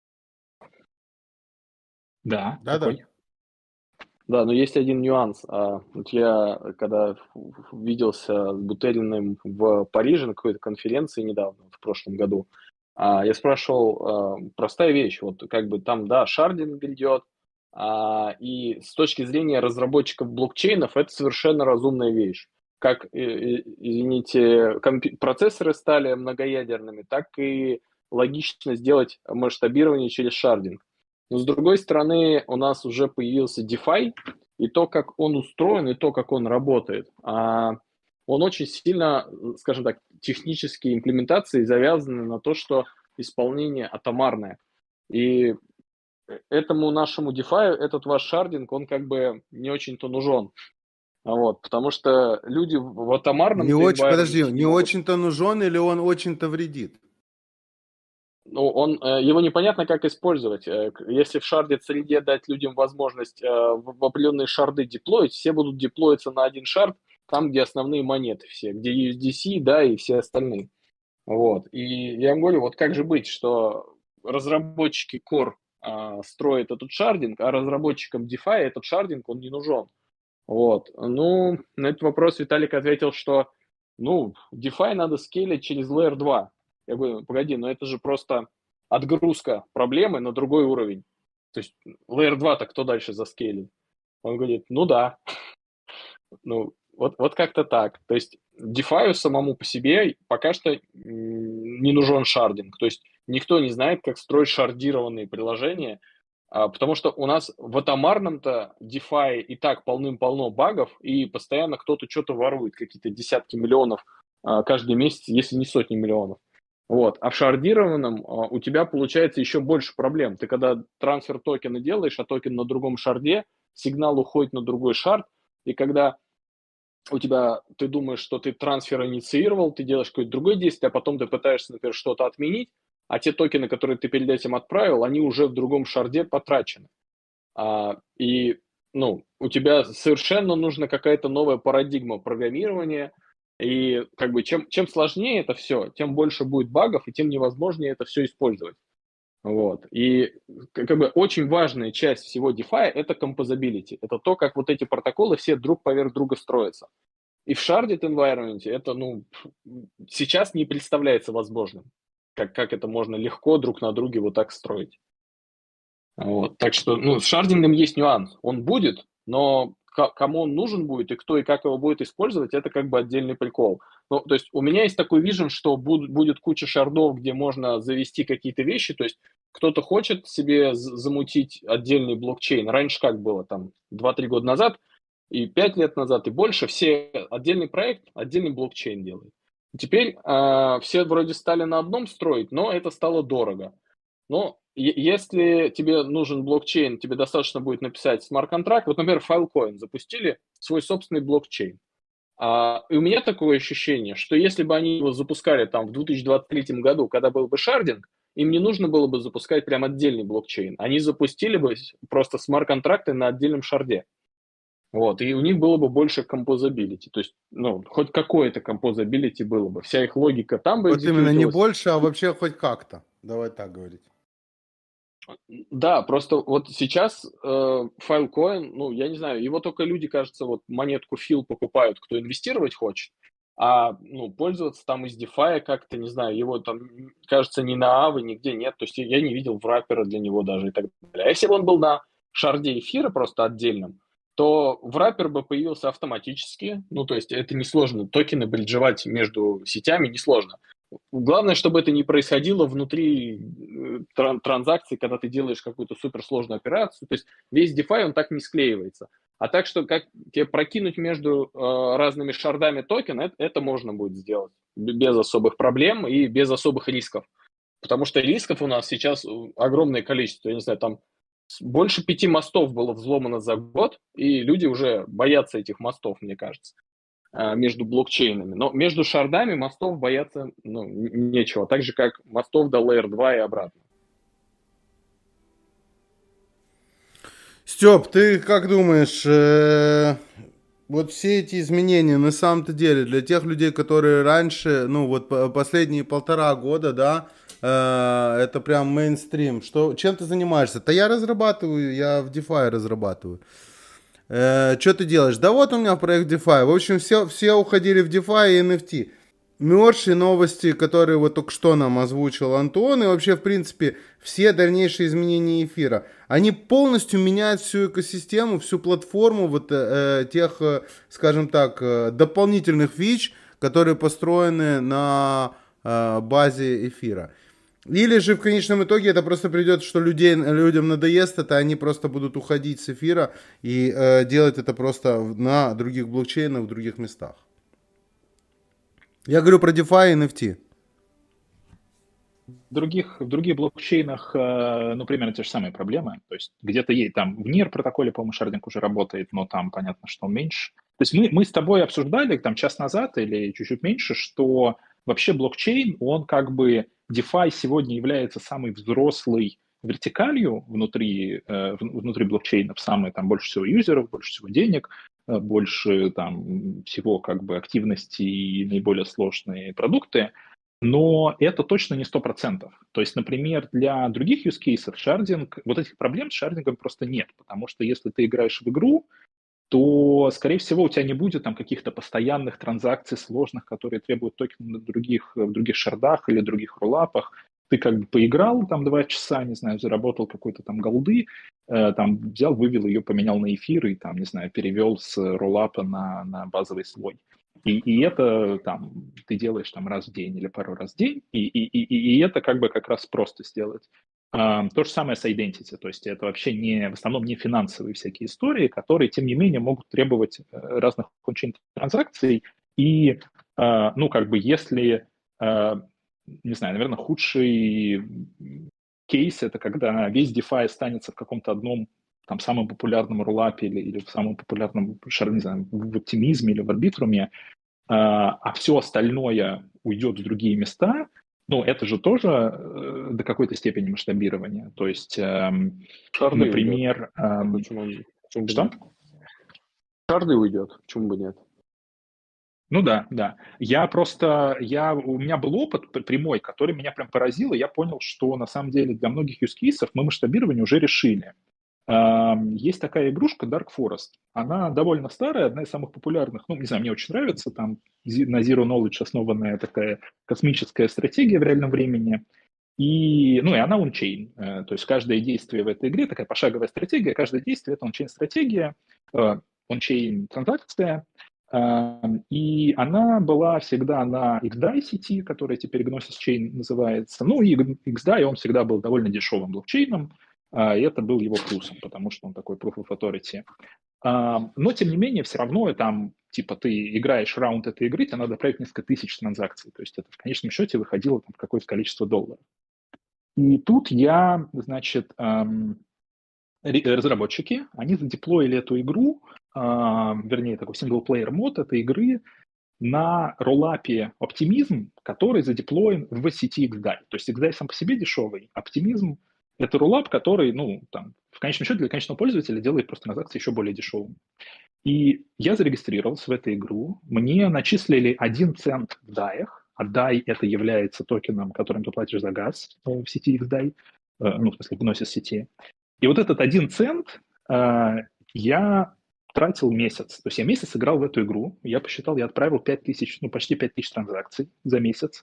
Да, Да-да. какой? Да, но есть один нюанс. А, вот я, когда в- в- виделся с Бутериным в Париже на какой-то конференции недавно, в прошлом году, а, я спрашивал, а, простая вещь, вот как бы там, да, шардинг идет, а, и с точки зрения разработчиков блокчейнов это совершенно разумная вещь. Как, э, э, извините, компи- процессоры стали многоядерными, так и логично сделать масштабирование через шардинг. Но с другой стороны, у нас уже появился DeFi, и то, как он устроен, и то, как он работает, а, он очень сильно, скажем так, технические имплементации завязаны на то, что исполнение атомарное. И этому нашему DeFi, этот ваш шардинг, он как бы не очень-то нужен. Вот, потому что люди в Не атомарном-то очень, подожди, environment не не могут. очень-то нужен или он очень-то вредит? Ну, он, э, его непонятно, как использовать. Э, к- Если в шардед среде дать людям возможность э, в в определенные шарды деплоить, все будут деплоиться на один шард, там, где основные монеты все, где ю эс ди си, да, и все остальные. Вот. И я вам говорю, вот как же быть, что разработчики Core а, строят этот шардинг, а разработчикам DeFi этот шардинг, он не нужен. Вот. Ну, на этот вопрос Виталик ответил, что, ну, DeFi надо скейлить через Layer два. Я говорю, погоди, но это же просто отгрузка проблемы на другой уровень. То есть Layer два-то кто дальше заскейлит? Он говорит, ну да, ну вот, вот как-то так. То есть DeFi самому по себе пока что м, не нужен шардинг. То есть никто не знает, как строить шардированные приложения, а, потому что у нас в атомарном-то DeFi и так полным-полно багов, и постоянно кто-то что-то ворует, какие-то десятки миллионов а, каждый месяц, если не сотни миллионов. Вот. А в шардированном а, у тебя получается еще больше проблем. Ты когда трансфер токена делаешь, а токен на другом шарде, сигнал уходит на другой шард, и когда у тебя, ты думаешь, что ты трансфер инициировал, ты делаешь какое-то другое действие, а потом ты пытаешься, например, что-то отменить, а те токены, которые ты перед этим отправил, они уже в другом шарде потрачены. А, и ну, у тебя совершенно нужна какая-то новая парадигма программирования, и как бы чем, чем сложнее это все, тем больше будет багов, и тем невозможнее это все использовать. Вот. И как бы очень важная часть всего DeFi – это composability. Это то, как вот эти протоколы все друг поверх друга строятся. И в sharded environment это, ну, сейчас не представляется возможным, как, как это можно легко друг на друге вот так строить. Вот. Так что, ну, с шардингом есть нюанс. Он будет, но к- кому он нужен будет и кто и как его будет использовать, это как бы отдельный прикол. Ну, то есть у меня есть такой вижен, что буд- будет куча шардов, где можно завести какие-то вещи, то есть кто-то хочет себе з- замутить отдельный блокчейн. Раньше как было, там, два-три года назад, и пять лет назад, и больше, все отдельный проект, отдельный блокчейн делают. Теперь э, все вроде стали на одном строить, но это стало дорого. Но если тебе нужен блокчейн, тебе достаточно будет написать смарт-контракт. Вот, например, Filecoin запустили свой собственный блокчейн. А, и у меня такое ощущение, что если бы они его запускали там в две тысячи двадцать третьем году, когда был бы шардинг, им не нужно было бы запускать прям отдельный блокчейн. Они запустили бы просто смарт-контракты на отдельном шарде. Вот, и у них было бы больше композабилити. То есть, ну, хоть какое-то композабилити было бы. Вся их логика там бы Вот именно не экзекьютилась. больше, а вообще хоть как-то. Давай так говорить. Да, просто вот сейчас э, Filecoin, ну, я не знаю, его только люди, кажется, вот монетку Фил покупают, кто инвестировать хочет, а, ну, пользоваться там из DeFi как-то, не знаю, его там, кажется, ни на Авы, нигде нет, то есть я не видел враппера для него даже и так далее. А если бы он был на шарде эфира просто отдельном, то wrapper бы появился автоматически. Ну, то есть это несложно. Токены бриджевать между сетями несложно. Главное, чтобы это не происходило внутри э, тран- транзакции, когда ты делаешь какую-то суперсложную операцию. То есть весь DeFi, он так не склеивается. А так что как тебе прокинуть между э, разными шардами токен, это, это можно будет сделать б- без особых проблем и без особых рисков. Потому что рисков у нас сейчас э, огромное количество. Я не знаю, там с- больше пяти мостов было взломано за год, и люди уже боятся этих мостов, мне кажется, э, между блокчейнами. Но между шардами мостов бояться ну, н- нечего. Так же, как мостов до лэйер два и обратно. Степ, ты как думаешь, э, вот все эти изменения на самом-то деле для тех людей, которые раньше, ну вот по- последние полтора года, да, э, это прям мейнстрим. Что, чем ты занимаешься? Да я разрабатываю, я в DeFi разрабатываю. Что ты делаешь? Да вот у меня проект DeFi. В общем, все, все уходили в DeFi и эн эф ти. Мерч и новости, которые вот только что нам озвучил Антон, и вообще, в принципе, все дальнейшие изменения эфира, они полностью меняют всю экосистему, всю платформу вот э, тех, э, скажем так, э, дополнительных фич, которые построены на э, базе эфира. Или же в конечном итоге это просто придет, что людей, людям надоест это, они просто будут уходить с эфира и э, делать это просто на других блокчейнах, в других местах. Я говорю про DeFi и эн эф ти. В других, в других блокчейнах, э, ну, примерно те же самые проблемы. То есть где-то есть, там в нир протоколе, по-моему, шардинг уже работает, но там понятно, что он меньше. То есть мы, мы с тобой обсуждали там час назад или чуть-чуть меньше, что вообще блокчейн, он как бы, DeFi сегодня является самой взрослой вертикалью внутри, э, внутри блокчейнов, самое там больше всего юзеров, больше всего денег, э, больше там всего как бы активности и наиболее сложные продукты. Но это точно не сто процентов. То есть, например, для других use cases шардинг, вот этих проблем с шардингом просто нет, потому что если ты играешь в игру, то, скорее всего, у тебя не будет там каких-то постоянных транзакций сложных, которые требуют токена на других, в других шардах или других роллапах. Ты как бы поиграл там два часа, не знаю, заработал какой-то там голды, э, там взял, вывел ее, поменял на эфир и там, не знаю, перевел с роллапа на, на базовый слой. И, и это там ты делаешь там раз в день или пару раз в день, и, и, и, и это как бы как раз просто сделать. А, то же самое с identity, то есть это вообще не, в основном не финансовые всякие истории, которые, тем не менее, могут требовать разных ончейн транзакций. И, а, ну, как бы, если, а, не знаю, наверное, худший кейс — это когда весь DeFi останется в каком-то одном там самом популярном рулапе или, или в самом популярном, не знаю, в оптимизме или в арбитруме, а, а все остальное уйдет в другие места, ну, это же тоже э, до какой-то степени масштабирование. То есть, эм, Шарды уйдет. например... А эм, почему, почему бы что? нет? Шарды уйдет. Почему бы нет? Ну да, да. Я просто, я, у меня был опыт п- прямой, который меня прям поразил, и я понял, что на самом деле для многих use cases мы масштабирование уже решили. Эм, Есть такая игрушка Dark Forest. Она довольно старая, одна из самых популярных. Ну, не знаю, мне очень нравится. Там зи- на Zero Knowledge основанная такая космическая стратегия в реальном времени. И, ну, и она ончейн. Э, То есть каждое действие в этой игре такая пошаговая стратегия. Каждое действие — это ончейн-стратегия, ончейн-транзакция. Э, И она была всегда на икс дай сети, которая теперь Gnosis Chain называется. Ну, и икс дай, он всегда был довольно дешевым блокчейном. А, И это был его плюсом, потому что он такой proof of authority. А, Но, тем не менее, все равно там, типа, ты играешь раунд этой игры, тебе надо отправить несколько тысяч транзакций. То есть это в конечном счете выходило там какое-то количество долларов. И тут я, значит, эм, ре- разработчики, они задеплоили эту игру, а, вернее, такой синглплеер мод этой игры на роллапе Optimism, который задеплоен в сети икс дай. То есть икс дай сам по себе дешевый, Optimism — это роллап, который, ну, там, в конечном счете для конечного пользователя делает просто транзакции еще более дешевыми. И я зарегистрировался в эту игру, мне начислили один цент в даях, а дай — это является токеном, которым ты платишь за газ э, в сети икс дай, э, ну, в смысле, в Gnosis сети. И вот этот один цент э, я тратил месяц. То есть я месяц играл в эту игру, я посчитал, я отправил пять тысяч, ну, почти пять тысяч транзакций за месяц.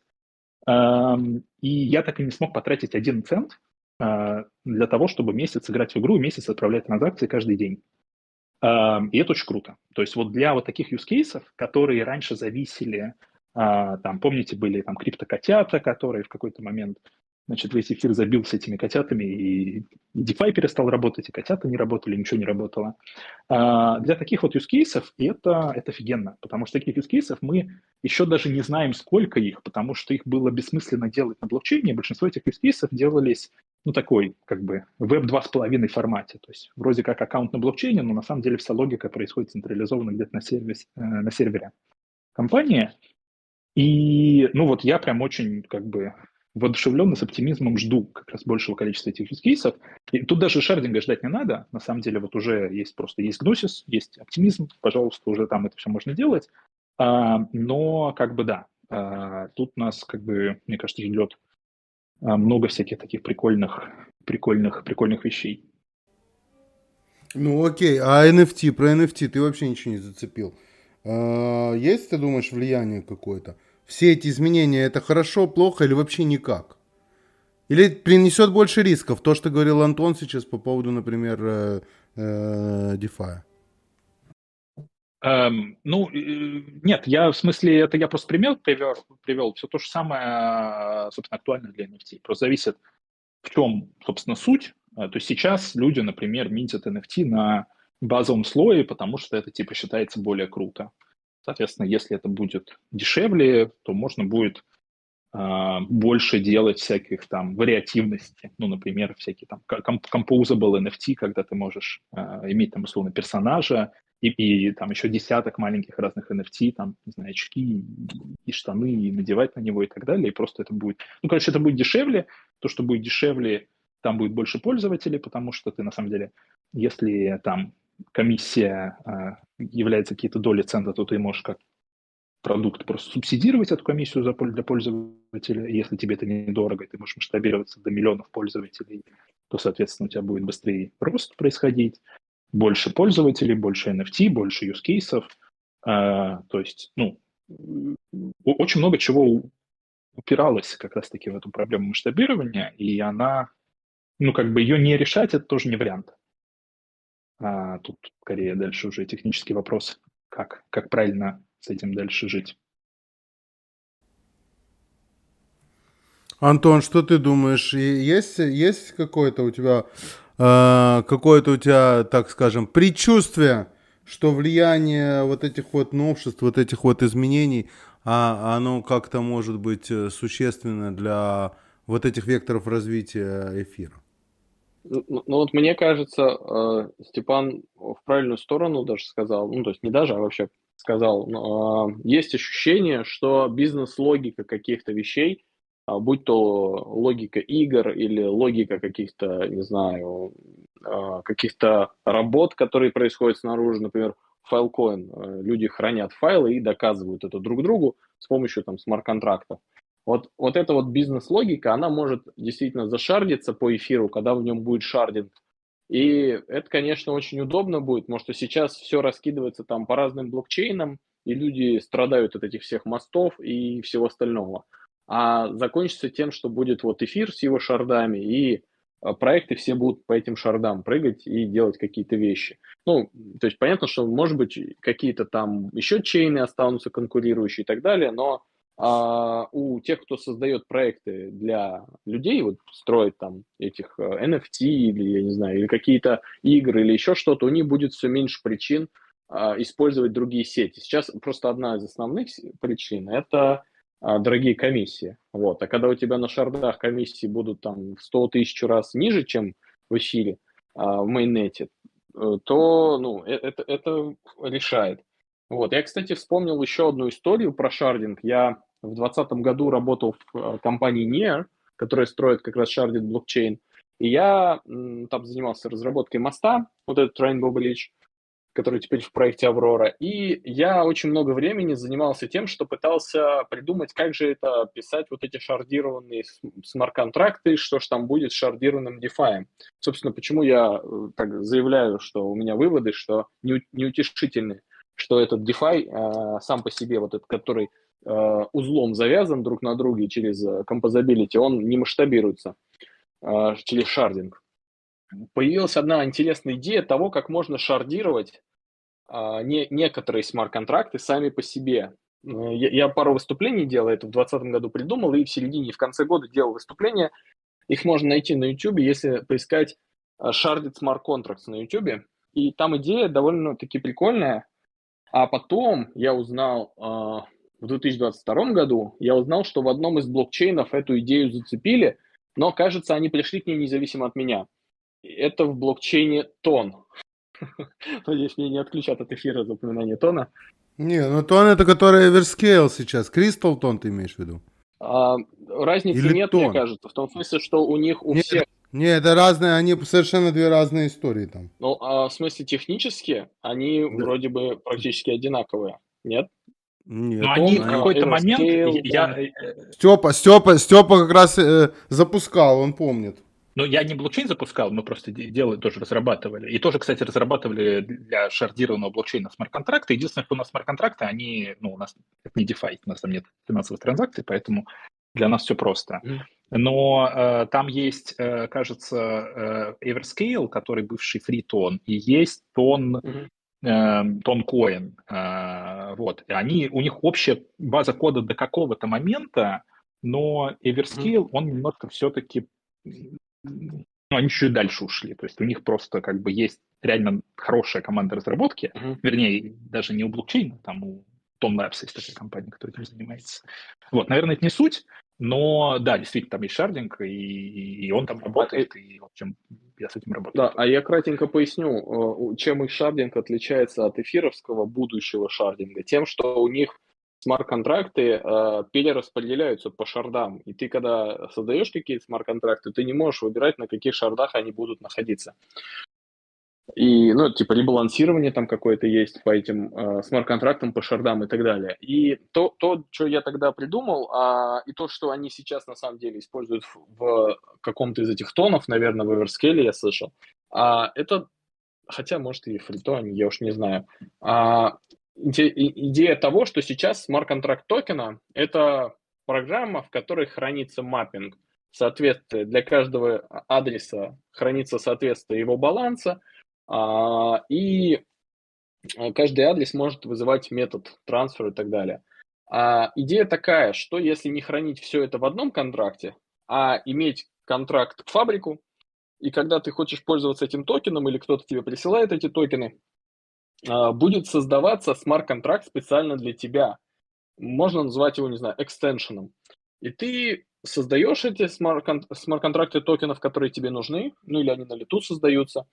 Эм, И я так и не смог потратить один цент э, для того, чтобы месяц играть в игру и месяц отправлять транзакции каждый день. И это очень круто. То есть вот для вот таких use cases, которые раньше зависели, там, помните, были там криптокотята, которые в какой-то момент, значит, весь эфир забил с этими котятами, и DeFi перестал работать, и котята не работали, ничего не работало. Для таких вот use cases это, это офигенно, потому что таких use cases мы еще даже не знаем, сколько их, потому что их было бессмысленно делать на блокчейне, и большинство этих use cases делались ну, такой, как бы, веб два с половиной формате. То есть вроде как аккаунт на блокчейне, но на самом деле вся логика происходит централизованно где-то на, сервис, э, на сервере компании. И, ну, вот я прям очень, как бы, воодушевленно, с оптимизмом жду как раз большего количества этих use cases. И тут даже шардинга ждать не надо. На самом деле вот уже есть просто, есть гносис, есть оптимизм. Пожалуйста, уже там это все можно делать. А, но, как бы, да, а, тут нас, как бы, мне кажется, ждет много всяких таких прикольных, прикольных, прикольных вещей. Ну окей, а эн эф ти, про эн эф ти ты вообще ничего не зацепил. А, есть, ты думаешь, влияние какое-то? Все эти изменения, это хорошо, плохо или вообще никак? Или принесет больше рисков? То, что говорил Антон сейчас по поводу, например, э, э, DeFi. Эм, ну, нет, я в смысле, это я просто пример привел, привел. Все то же самое, собственно, актуально для эн эф ти. Просто зависит, в чем, собственно, суть. То есть сейчас люди, например, минтят эн эф ти на базовом слое, потому что это, типа, считается более круто. Соответственно, если это будет дешевле, то можно будет э, больше делать всяких там вариативности. Ну, например, всякие там composable эн эф ти, когда ты можешь э, иметь там, условно, персонажа, И, и там еще десяток маленьких разных эн эф ти, там, не знаю, очки и штаны, и надевать на него и так далее, и просто это будет... Ну, короче, это будет дешевле. То, что будет дешевле, там будет больше пользователей, потому что ты, на самом деле, если там комиссия э, является какие-то доли цента, то ты можешь как продукт просто субсидировать эту комиссию за, для пользователя. И если тебе это недорого, и ты можешь масштабироваться до миллионов пользователей, то, соответственно, у тебя будет быстрее рост происходить. Больше пользователей, больше эн эф ти, больше use cases. А, то есть, ну, очень много чего упиралось как раз-таки в эту проблему масштабирования, и она, ну, как бы ее не решать, это тоже не вариант. А тут скорее дальше уже технический вопрос, как, как правильно с этим дальше жить. Антон, что ты думаешь? Есть, есть какое-то у тебя, э, какое-то у тебя, так скажем, предчувствие, что влияние вот этих вот новшеств, вот этих вот изменений, а, оно как-то может быть существенно для вот этих векторов развития эфира? Ну, ну вот мне кажется, э, Степан в правильную сторону даже сказал, ну то есть не даже, а вообще сказал, э, есть ощущение, что бизнес-логика каких-то вещей, а будь то логика игр или логика каких-то, не знаю, э, каких-то работ, которые происходят снаружи, например, Filecoin, э, люди хранят файлы и доказывают это друг другу с помощью там смарт-контрактов. Вот, вот эта вот бизнес-логика, она может действительно зашардиться по эфиру, когда в нем будет шардинг. И это, конечно, очень удобно будет, потому что сейчас все раскидывается там по разным блокчейнам, и люди страдают от этих всех мостов и всего остального. А закончится тем, что будет вот эфир с его шардами, и проекты все будут по этим шардам прыгать и делать какие-то вещи. Ну, то есть понятно, что, может быть, какие-то там еще чейны останутся конкурирующие и так далее, но а у тех, кто создает проекты для людей, вот строит там этих эн эф ти или, я не знаю, или какие-то игры или еще что-то, у них будет все меньше причин а, использовать другие сети. Сейчас просто одна из основных причин – это а, дорогие комиссии. Вот. А когда у тебя на шардах комиссии будут там в сто тысяч раз ниже, чем в эфире, а, в мейннете, то ну, это, это решает. Вот. Я, кстати, вспомнил еще одну историю про шардинг. Я в двадцатом году работал в компании Near, которая строит как раз шардинг блокчейн. И я м, там занимался разработкой моста, вот этот Rainbow Bridge, который теперь в проекте Аврора. И я очень много времени занимался тем, что пытался придумать, как же это писать вот эти шардированные смарт-контракты, что же там будет с шардированным DeFi. Собственно, почему я так заявляю, что у меня выводы, что неутешительные, что этот DeFi э, сам по себе, вот этот, который э, узлом завязан друг на друге через composability, он не масштабируется э, через шардинг. появилась одна интересная идея того, как можно шардировать а, не, некоторые смарт-контракты сами по себе. Ну, Я, я пару выступлений делал, это в двадцатом году придумал, и в середине, и в конце года делал выступления. Их можно найти на YouTube, если поискать а, Sharded Smart Contracts на YouTube. И там идея довольно-таки прикольная. А потом я узнал, а, в две тысячи двадцать втором году, я узнал, что в одном из блокчейнов эту идею зацепили, но, кажется, они пришли к ней независимо от меня. Это в блокчейне тон. Надеюсь, меня не отключат от эфира за упоминание тона. Не, ну тон это который Everscale сейчас. Crystal тон ты имеешь в виду? А, разницы Или нет, мне тон? кажется, в том смысле, что у них у Не, всех, не, это разные, они совершенно две разные истории там. ну, а в смысле технически, они Да. вроде бы практически одинаковые. Нет? Нет, Но они в они- какой-то момент... Everscale, Я, там. э, Степа, Степа, Степа как раз э, запускал, он помнит. ну, я не блокчейн запускал, мы просто де- делали, тоже разрабатывали. И тоже, кстати, разрабатывали для шардированного блокчейна смарт-контракты. Единственное, что у нас смарт-контракты, они, ну, у нас это не DeFi, у нас там нет финансовых транзакций, поэтому для нас все просто. Мгм. Но э, там есть, э, кажется, э, Everscale, который бывший фритон, и есть тон, Мгм. э, тонкоин. Э, вот. И они, у них общая база кода до какого-то момента, но Everscale, он немножко все-таки, ну, они чуть дальше ушли. То есть у них просто как бы есть реально хорошая команда разработки, Мгм. вернее, даже не у блокчейна, там у Ton Labs есть такая компания, которая этим занимается. Вот, наверное, это не суть, но да, действительно, там есть шардинг, и, и он там работает, и, в общем, я с этим работаю. Да, а я кратенько поясню, э, чем их шардинг отличается от эфировского будущего шардинга. Тем, что у них смарт-контракты э, перераспределяются по шардам. И ты, когда создаешь какие-то смарт-контракты, ты не можешь выбирать, на каких шардах они будут находиться. И, ну, типа, ребалансирование там какое-то есть по этим э, смарт-контрактам, по шардам и так далее. И то, то, что я тогда придумал, а, и то, что они сейчас на самом деле используют в, в каком-то из этих тонов, наверное, в Everscale я слышал, а, это, хотя, может, и фритон, я уж не знаю. А, иде- и- идея того, что сейчас смарт-контракт токена – это программа, в которой хранится маппинг. Соответствие для каждого адреса хранится соответствие его баланса, а, и каждый адрес может вызывать метод трансфера и так далее. А идея такая, что если не хранить все это в одном контракте, а иметь контракт к фабрику, и когда ты хочешь пользоваться этим токеном или кто-то тебе присылает эти токены, а, будет создаваться смарт-контракт специально для тебя. Можно назвать его, не знаю, экстеншеном. И ты создаешь эти смарт-контракты токенов, которые тебе нужны, ну или они на лету создаются,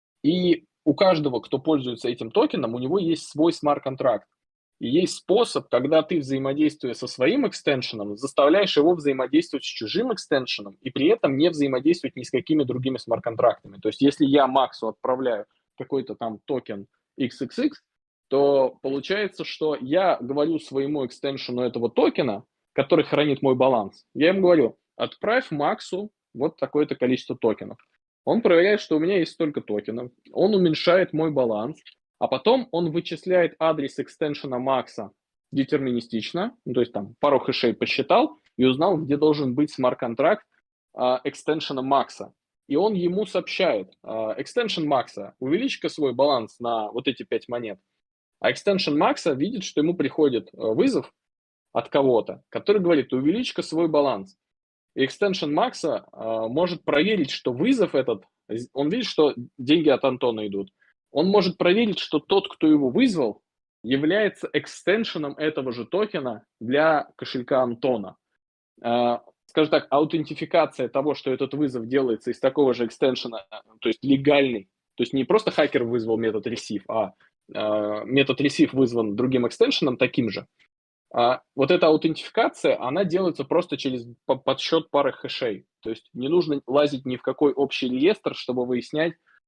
и у каждого, кто пользуется этим токеном, у него есть свой смарт-контракт. И есть способ, когда ты, взаимодействуя со своим экстеншеном, заставляешь его взаимодействовать с чужим экстеншеном и при этом не взаимодействовать ни с какими другими смарт-контрактами. То есть если я Максу отправляю какой-то там токен икс икс икс, то получается, что я говорю своему экстеншену этого токена, который хранит мой баланс, я ему говорю, отправь Максу вот такое-то количество токенов. Он проверяет, что у меня есть столько токенов, он уменьшает мой баланс, а потом он вычисляет адрес экстеншена Макса детерминистично, ну, то есть там пару хэшей посчитал и узнал, где должен быть смарт-контракт а, экстеншена Макса. И он ему сообщает, экстеншен Макса, увеличь-ка свой баланс на вот эти пять монет. А экстеншен Макса видит, что ему приходит вызов от кого-то, который говорит, увеличь-ка свой баланс. И экстеншен Макса э, может проверить, что вызов этот, он видит, что деньги от Антона идут, он может проверить, что тот, кто его вызвал, является экстеншеном этого же токена для кошелька Антона. Э, скажем так, аутентификация того, что этот вызов делается из такого же экстеншена, то есть легальный, то есть не просто хакер вызвал метод receive, а э, метод receive вызван другим экстеншеном таким же. А вот эта аутентификация, она делается просто через подсчет пары хэшей. То есть не нужно лазить ни в какой общий реестр, чтобы выяснять,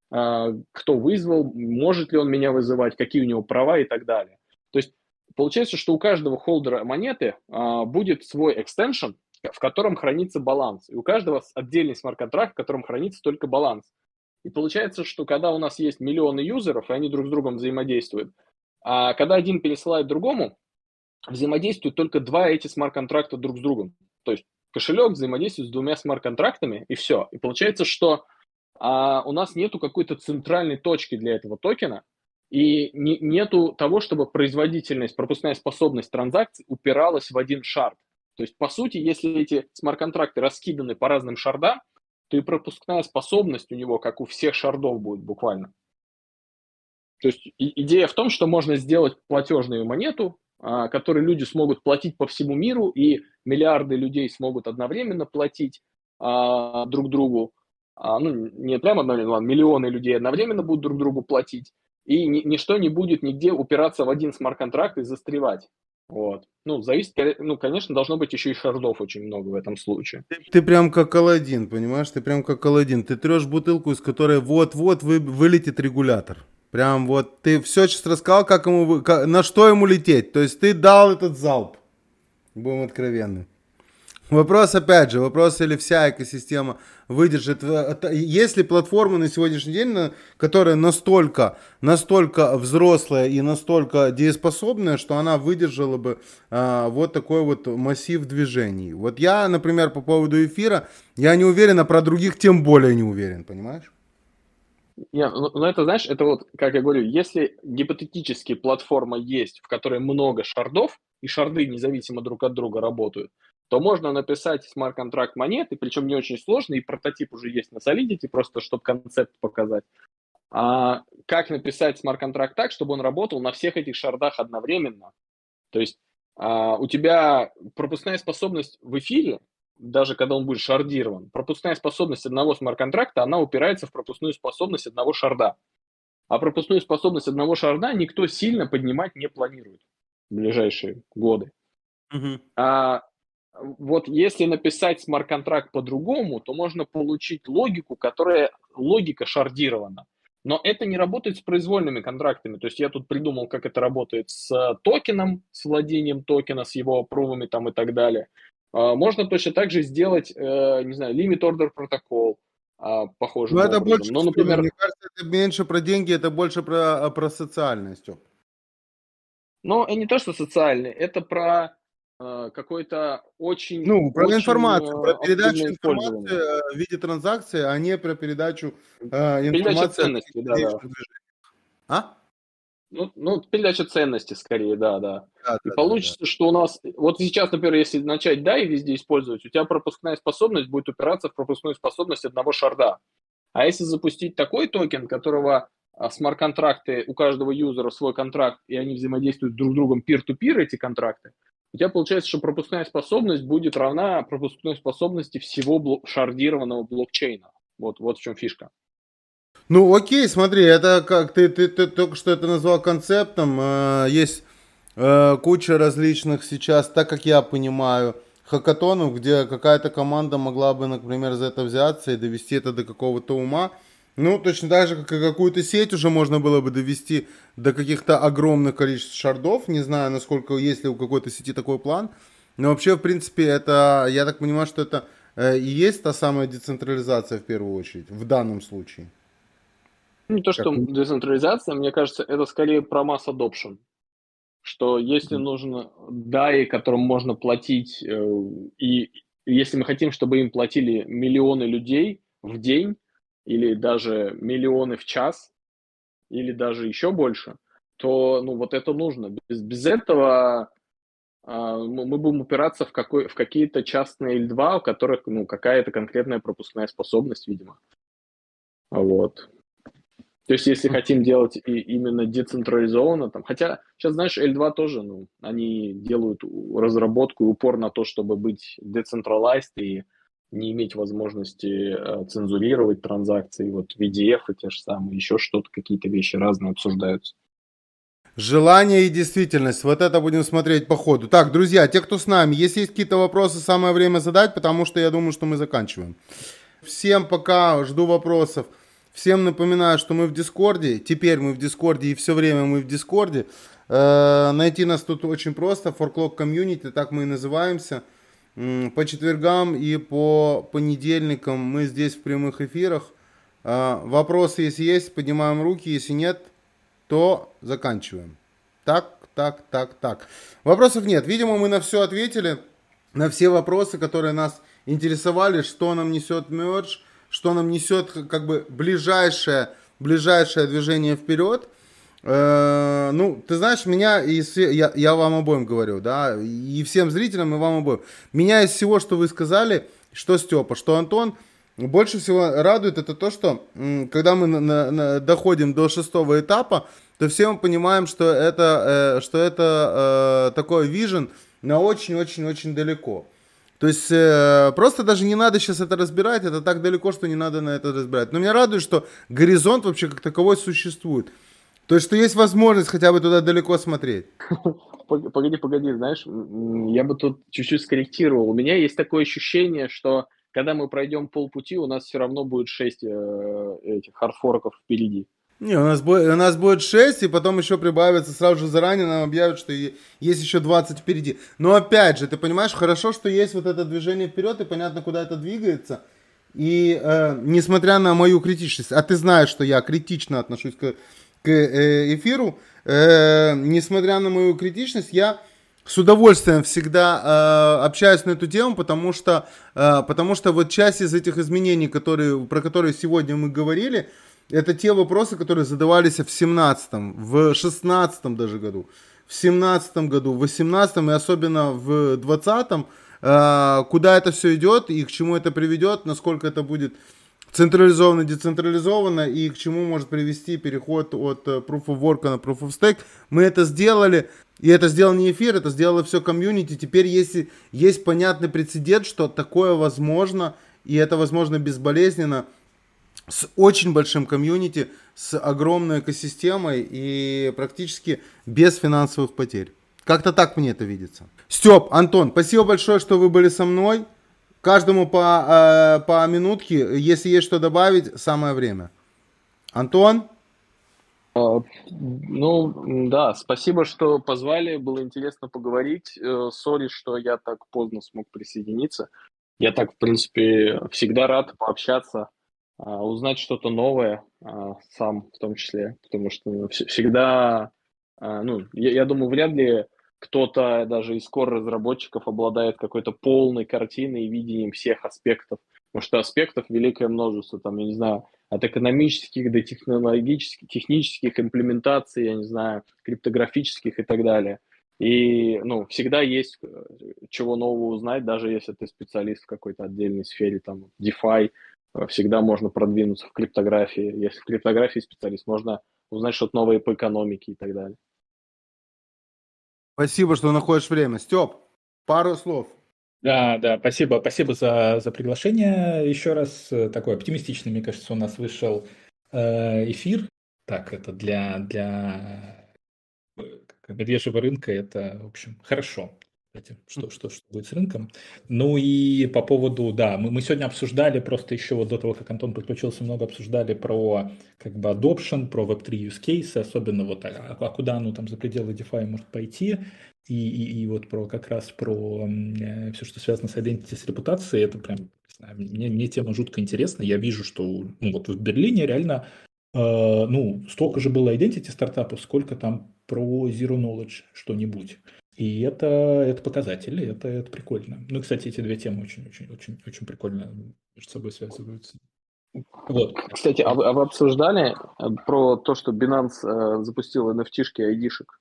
кто вызвал, может ли он меня вызывать, какие у него права и так далее. То есть получается, что у каждого холдера монеты будет свой экстеншн, в котором хранится баланс. И у каждого отдельный смарт-контракт, в котором хранится только баланс. И получается, что когда у нас есть миллионы юзеров, и они друг с другом взаимодействуют, а когда один пересылает другому, взаимодействуют только два эти смарт-контракта друг с другом. То есть кошелек взаимодействует с двумя смарт-контрактами, и все. И получается, что а у нас нету какой-то центральной точки для этого токена, и не, нету того, чтобы производительность, пропускная способность транзакций упиралась в один шард. То есть, по сути, если эти смарт-контракты раскиданы по разным шардам, то и пропускная способность у него, как у всех шардов, будет буквально. То есть и, идея в том, что можно сделать платежную монету, а, которой люди смогут платить по всему миру, и миллиарды людей смогут одновременно платить а, друг другу. А, ну, не прямо одновременно, миллионы людей одновременно будут друг другу платить, и ни, ничто не будет нигде упираться в один смарт-контракт и застревать. Вот. Ну, зависит, ну, конечно, должно быть еще и шардов очень много в этом случае. Ты, ты прям как Аладдин, понимаешь? Ты прям как Аладдин. Ты трешь бутылку, из которой вот-вот вы, вылетит регулятор. Прям вот ты все сейчас рассказал, как ему, вы- как- на что ему лететь. То есть ты дал этот залп. Будем откровенны. Вопрос опять же, вопрос, или вся экосистема выдержит. э, это- Есть ли платформа на сегодняшний день, на- которая настолько, настолько взрослая и настолько дееспособная, что она выдержала бы а, вот такой вот массив движений. Вот я, например, по поводу эфира, я не уверен, а про других тем более не уверен, понимаешь? Не, ну, ну, это, знаешь, это вот, как я говорю, если гипотетически платформа есть, в которой много шардов, и шарды независимо друг от друга работают, то можно написать смарт-контракт монеты, причем не очень сложный, и прототип уже есть на Solidity, просто чтобы концепт показать. А как написать смарт-контракт так, чтобы он работал на всех этих шардах одновременно? То есть а, у тебя пропускная способность в эфире, даже когда он будет шардирован, пропускная способность одного смарт-контракта, она упирается в пропускную способность одного шарда. А пропускную способность одного шарда никто сильно поднимать не планирует в ближайшие годы. Мгм. А вот если написать смарт-контракт по-другому, то можно получить логику, которая логика шардирована. Но это не работает с произвольными контрактами. То есть я тут придумал, как это работает с токеном, с владением токена, с его опровами там и так далее. А, Можно точно так же сделать, э, не знаю, limit order протокол а, похожим Ну это образом. больше, Но, что ли, например, мне кажется, это меньше про деньги, это больше про, про социальность. Стёп. но и не то, что социальный, это про э, какой-то очень, Ну, про очень информацию, про э, передачу активное информации использование. э, в виде транзакции, а не про передачу э, Передача информации о ценностей, каких-то да-да. денежных движениях. А? Ну, ну, передача ценности скорее, да, да. Да, И да, да, да. получится, что у нас, вот сейчас, например, если начать дай везде использовать, у тебя пропускная способность будет упираться в пропускную способность одного шарда. А если запустить такой токен, которого а, смарт-контракты, у каждого юзера свой контракт, и они взаимодействуют друг с другом peer-to-peer, эти контракты, у тебя получается, что пропускная способность будет равна пропускной способности всего блок- шардированного блокчейна. Вот, вот в чем фишка. Ну, окей, смотри, это как ты, ты, ты только что это назвал концептом. э, Есть э, куча различных сейчас, так как я понимаю, хакатонов, где какая-то команда могла бы, например, за это взяться и довести это до какого-то ума. Ну, точно так же, как и какую-то сеть уже можно было бы довести до каких-то огромных количеств шардов. Не знаю, насколько есть ли у какой-то сети такой план. Но вообще, в принципе, это, я так понимаю, что это э, и есть та самая децентрализация в первую очередь, в данном случае. Ну, не то, Как что мне. децентрализация, мне кажется, это скорее про масс adoption. Что если нужно дай, которым можно платить, э, и если мы хотим, чтобы им платили миллионы людей в день, или даже миллионы в час, или даже еще больше, то ну, вот это нужно. Без, без этого а, мы мы будем упираться в, какой, в какие-то частные эль два, у которых ну, какая-то конкретная пропускная способность, видимо. Вот. То есть, если хотим делать и именно децентрализованно, там, хотя сейчас, знаешь, эль два тоже, ну, они делают у- разработку и упор на то, чтобы быть decentralized и не иметь возможности э, цензурировать транзакции, вот ви ди эф и те же самые, еще что-то, какие-то вещи разные обсуждаются. Желание и действительность. Вот это будем смотреть по ходу. Так, друзья, те, кто с нами, если есть какие-то вопросы, самое время задать, потому что я думаю, что мы заканчиваем. Всем пока, жду вопросов. Всем напоминаю, что мы в Дискорде. Теперь мы в Дискорде и все время мы в Дискорде. Э, найти нас тут очень просто. Forklog Community, так мы и называемся. М, По четвергам и по понедельникам мы здесь в прямых эфирах. Э, вопросы, если есть, поднимаем руки. Если нет, то заканчиваем. Так, так, так, так. Вопросов нет. Видимо, мы на все ответили. На все вопросы, которые нас интересовали, что нам несет мердж, что нам несет как бы ближайшее, ближайшее движение вперед. Э, ну, ты знаешь, меня, из, я, я вам обоим говорю, да, и всем зрителям, и вам обоим. Меня из всего, что вы сказали, что Степа, что Антон, больше всего радует это то, что м, когда мы на, на, на, доходим до шестого этапа, то все мы понимаем, что это, э, что это э, такой вижен на очень-очень-очень далеко. То есть э, просто даже не надо сейчас это разбирать, это так далеко, что не надо на это разбирать. Но меня радует, что горизонт вообще как таковой существует. То есть, что есть возможность хотя бы туда далеко смотреть. Погоди, погоди, знаешь, м, я бы тут чуть-чуть скорректировал. У меня есть такое ощущение, что когда мы пройдем полпути, у нас все равно будет шесть э, этих хардфорков впереди. Не, у нас, будет, у нас будет шесть, и потом еще прибавится, сразу же заранее нам объявят, что есть еще двадцать впереди. Но опять же, ты понимаешь, хорошо, что есть вот это движение вперед, и понятно, куда это двигается. И э, несмотря на мою критичность, а ты знаешь, что я критично отношусь к, к э, эфиру, э, несмотря на мою критичность, я с удовольствием всегда э, общаюсь на эту тему, потому что, э, потому что вот часть из этих изменений, которые, про которые сегодня мы говорили, это те вопросы, которые задавались в семнадцатом, в шестнадцатом даже году, в семнадцатом году, в восемнадцатом и особенно в двадцатом, э, куда это все идет и к чему это приведет, насколько это будет централизованно, децентрализованно и к чему может привести переход от Proof of Work на Proof of Stake. Мы это сделали, и это сделал не эфир, это сделало все комьюнити. Теперь есть, есть понятный прецедент, что такое возможно, и это возможно безболезненно, с очень большим комьюнити, с огромной экосистемой и практически без финансовых потерь. Как-то так мне это видится. Степ, Антон, спасибо большое, что вы были со мной. Каждому по, э, по минутке. Если есть что добавить, самое время. Антон? А, ну, да, спасибо, что позвали. Было интересно поговорить. Сори, что я так поздно смог присоединиться. Я так, в принципе, всегда рад пообщаться, узнать что-то новое сам в том числе, потому что всегда, ну, я, я думаю, вряд ли кто-то даже из кор-разработчиков обладает какой-то полной картиной и видением всех аспектов, потому что аспектов великое множество, там, я не знаю, от экономических до технологических, технических имплементаций, я не знаю, криптографических и так далее. И, ну, всегда есть чего нового узнать, даже если ты специалист в какой-то отдельной сфере, там, DeFi, всегда можно продвинуться в криптографии. Если в криптографии специалист, можно узнать что-то новое по экономике и так далее. Спасибо, что находишь время. Степ, пару слов. Да, да, спасибо, спасибо за, за приглашение. Еще раз такой оптимистичный, мне кажется, у нас вышел э, эфир. Так, это для, для медвежьего рынка, это, в общем, хорошо. Что, что, что будет с рынком. Ну и по поводу, да, мы, мы сегодня обсуждали, просто еще вот до того, как Антон подключился, много обсуждали про как бы adoption, про веб три use case, особенно вот, а, а куда оно там за пределы DeFi может пойти, и, и, и вот про как раз про э, все, что связано с identity, с репутацией, это прям, не знаю, мне, мне тема жутко интересна, я вижу, что ну, вот в Берлине реально э, ну, столько же было identity стартапов, сколько там про zero knowledge что-нибудь. И это, это показатели, это, это прикольно. Ну, кстати, эти две темы очень-очень-очень прикольно между собой связываются. Вот. Кстати, а вы, а вы обсуждали про то, что Binance э, запустил эн эф ти-шки ай ди-шек?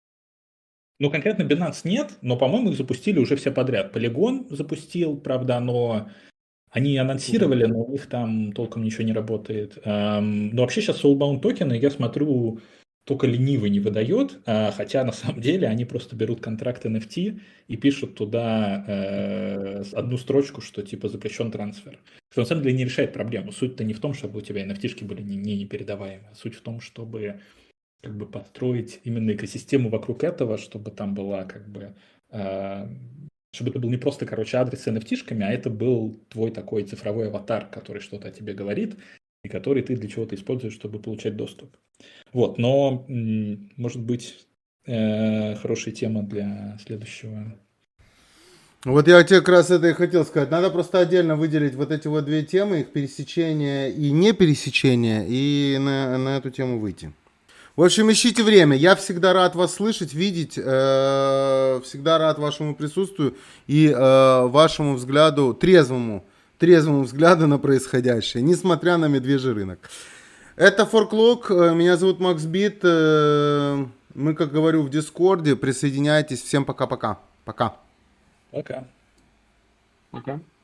Ну, конкретно Binance нет, но, по-моему, их запустили уже все подряд. Polygon запустил, правда, но они анонсировали, но у них там толком ничего не работает. Эм, но вообще сейчас Soulbound токены, я смотрю, только ленивый не выдает, а, хотя на самом деле они просто берут контракт эн эф ти и пишут туда э, одну строчку, что типа запрещен трансфер. Что на самом деле не решает проблему. Суть-то не в том, чтобы у тебя эн эф ти-шки были не, не непередаваемые, а суть в том, чтобы как бы построить именно экосистему вокруг этого, чтобы там была как бы... Э, чтобы это был не просто, короче, адрес с эн эф ти-шками, а это был твой такой цифровой аватар, который что-то о тебе говорит, и который ты для чего-то используешь, чтобы получать доступ. Вот, но, может быть, э, хорошая тема для следующего. Вот я тебе как раз это и хотел сказать. Надо просто отдельно выделить вот эти вот две темы, их пересечение и не пересечение, и на, на эту тему выйти. В общем, ищите время. Я всегда рад вас слышать, видеть, э, всегда рад вашему присутствию и э, вашему взгляду, трезвому, трезвому взгляду на происходящее, несмотря на медвежий рынок. Это Форклог, меня зовут Макс Бит, мы, как говорю, в Дискорде, присоединяйтесь, всем пока-пока, пока. Пока. Пока.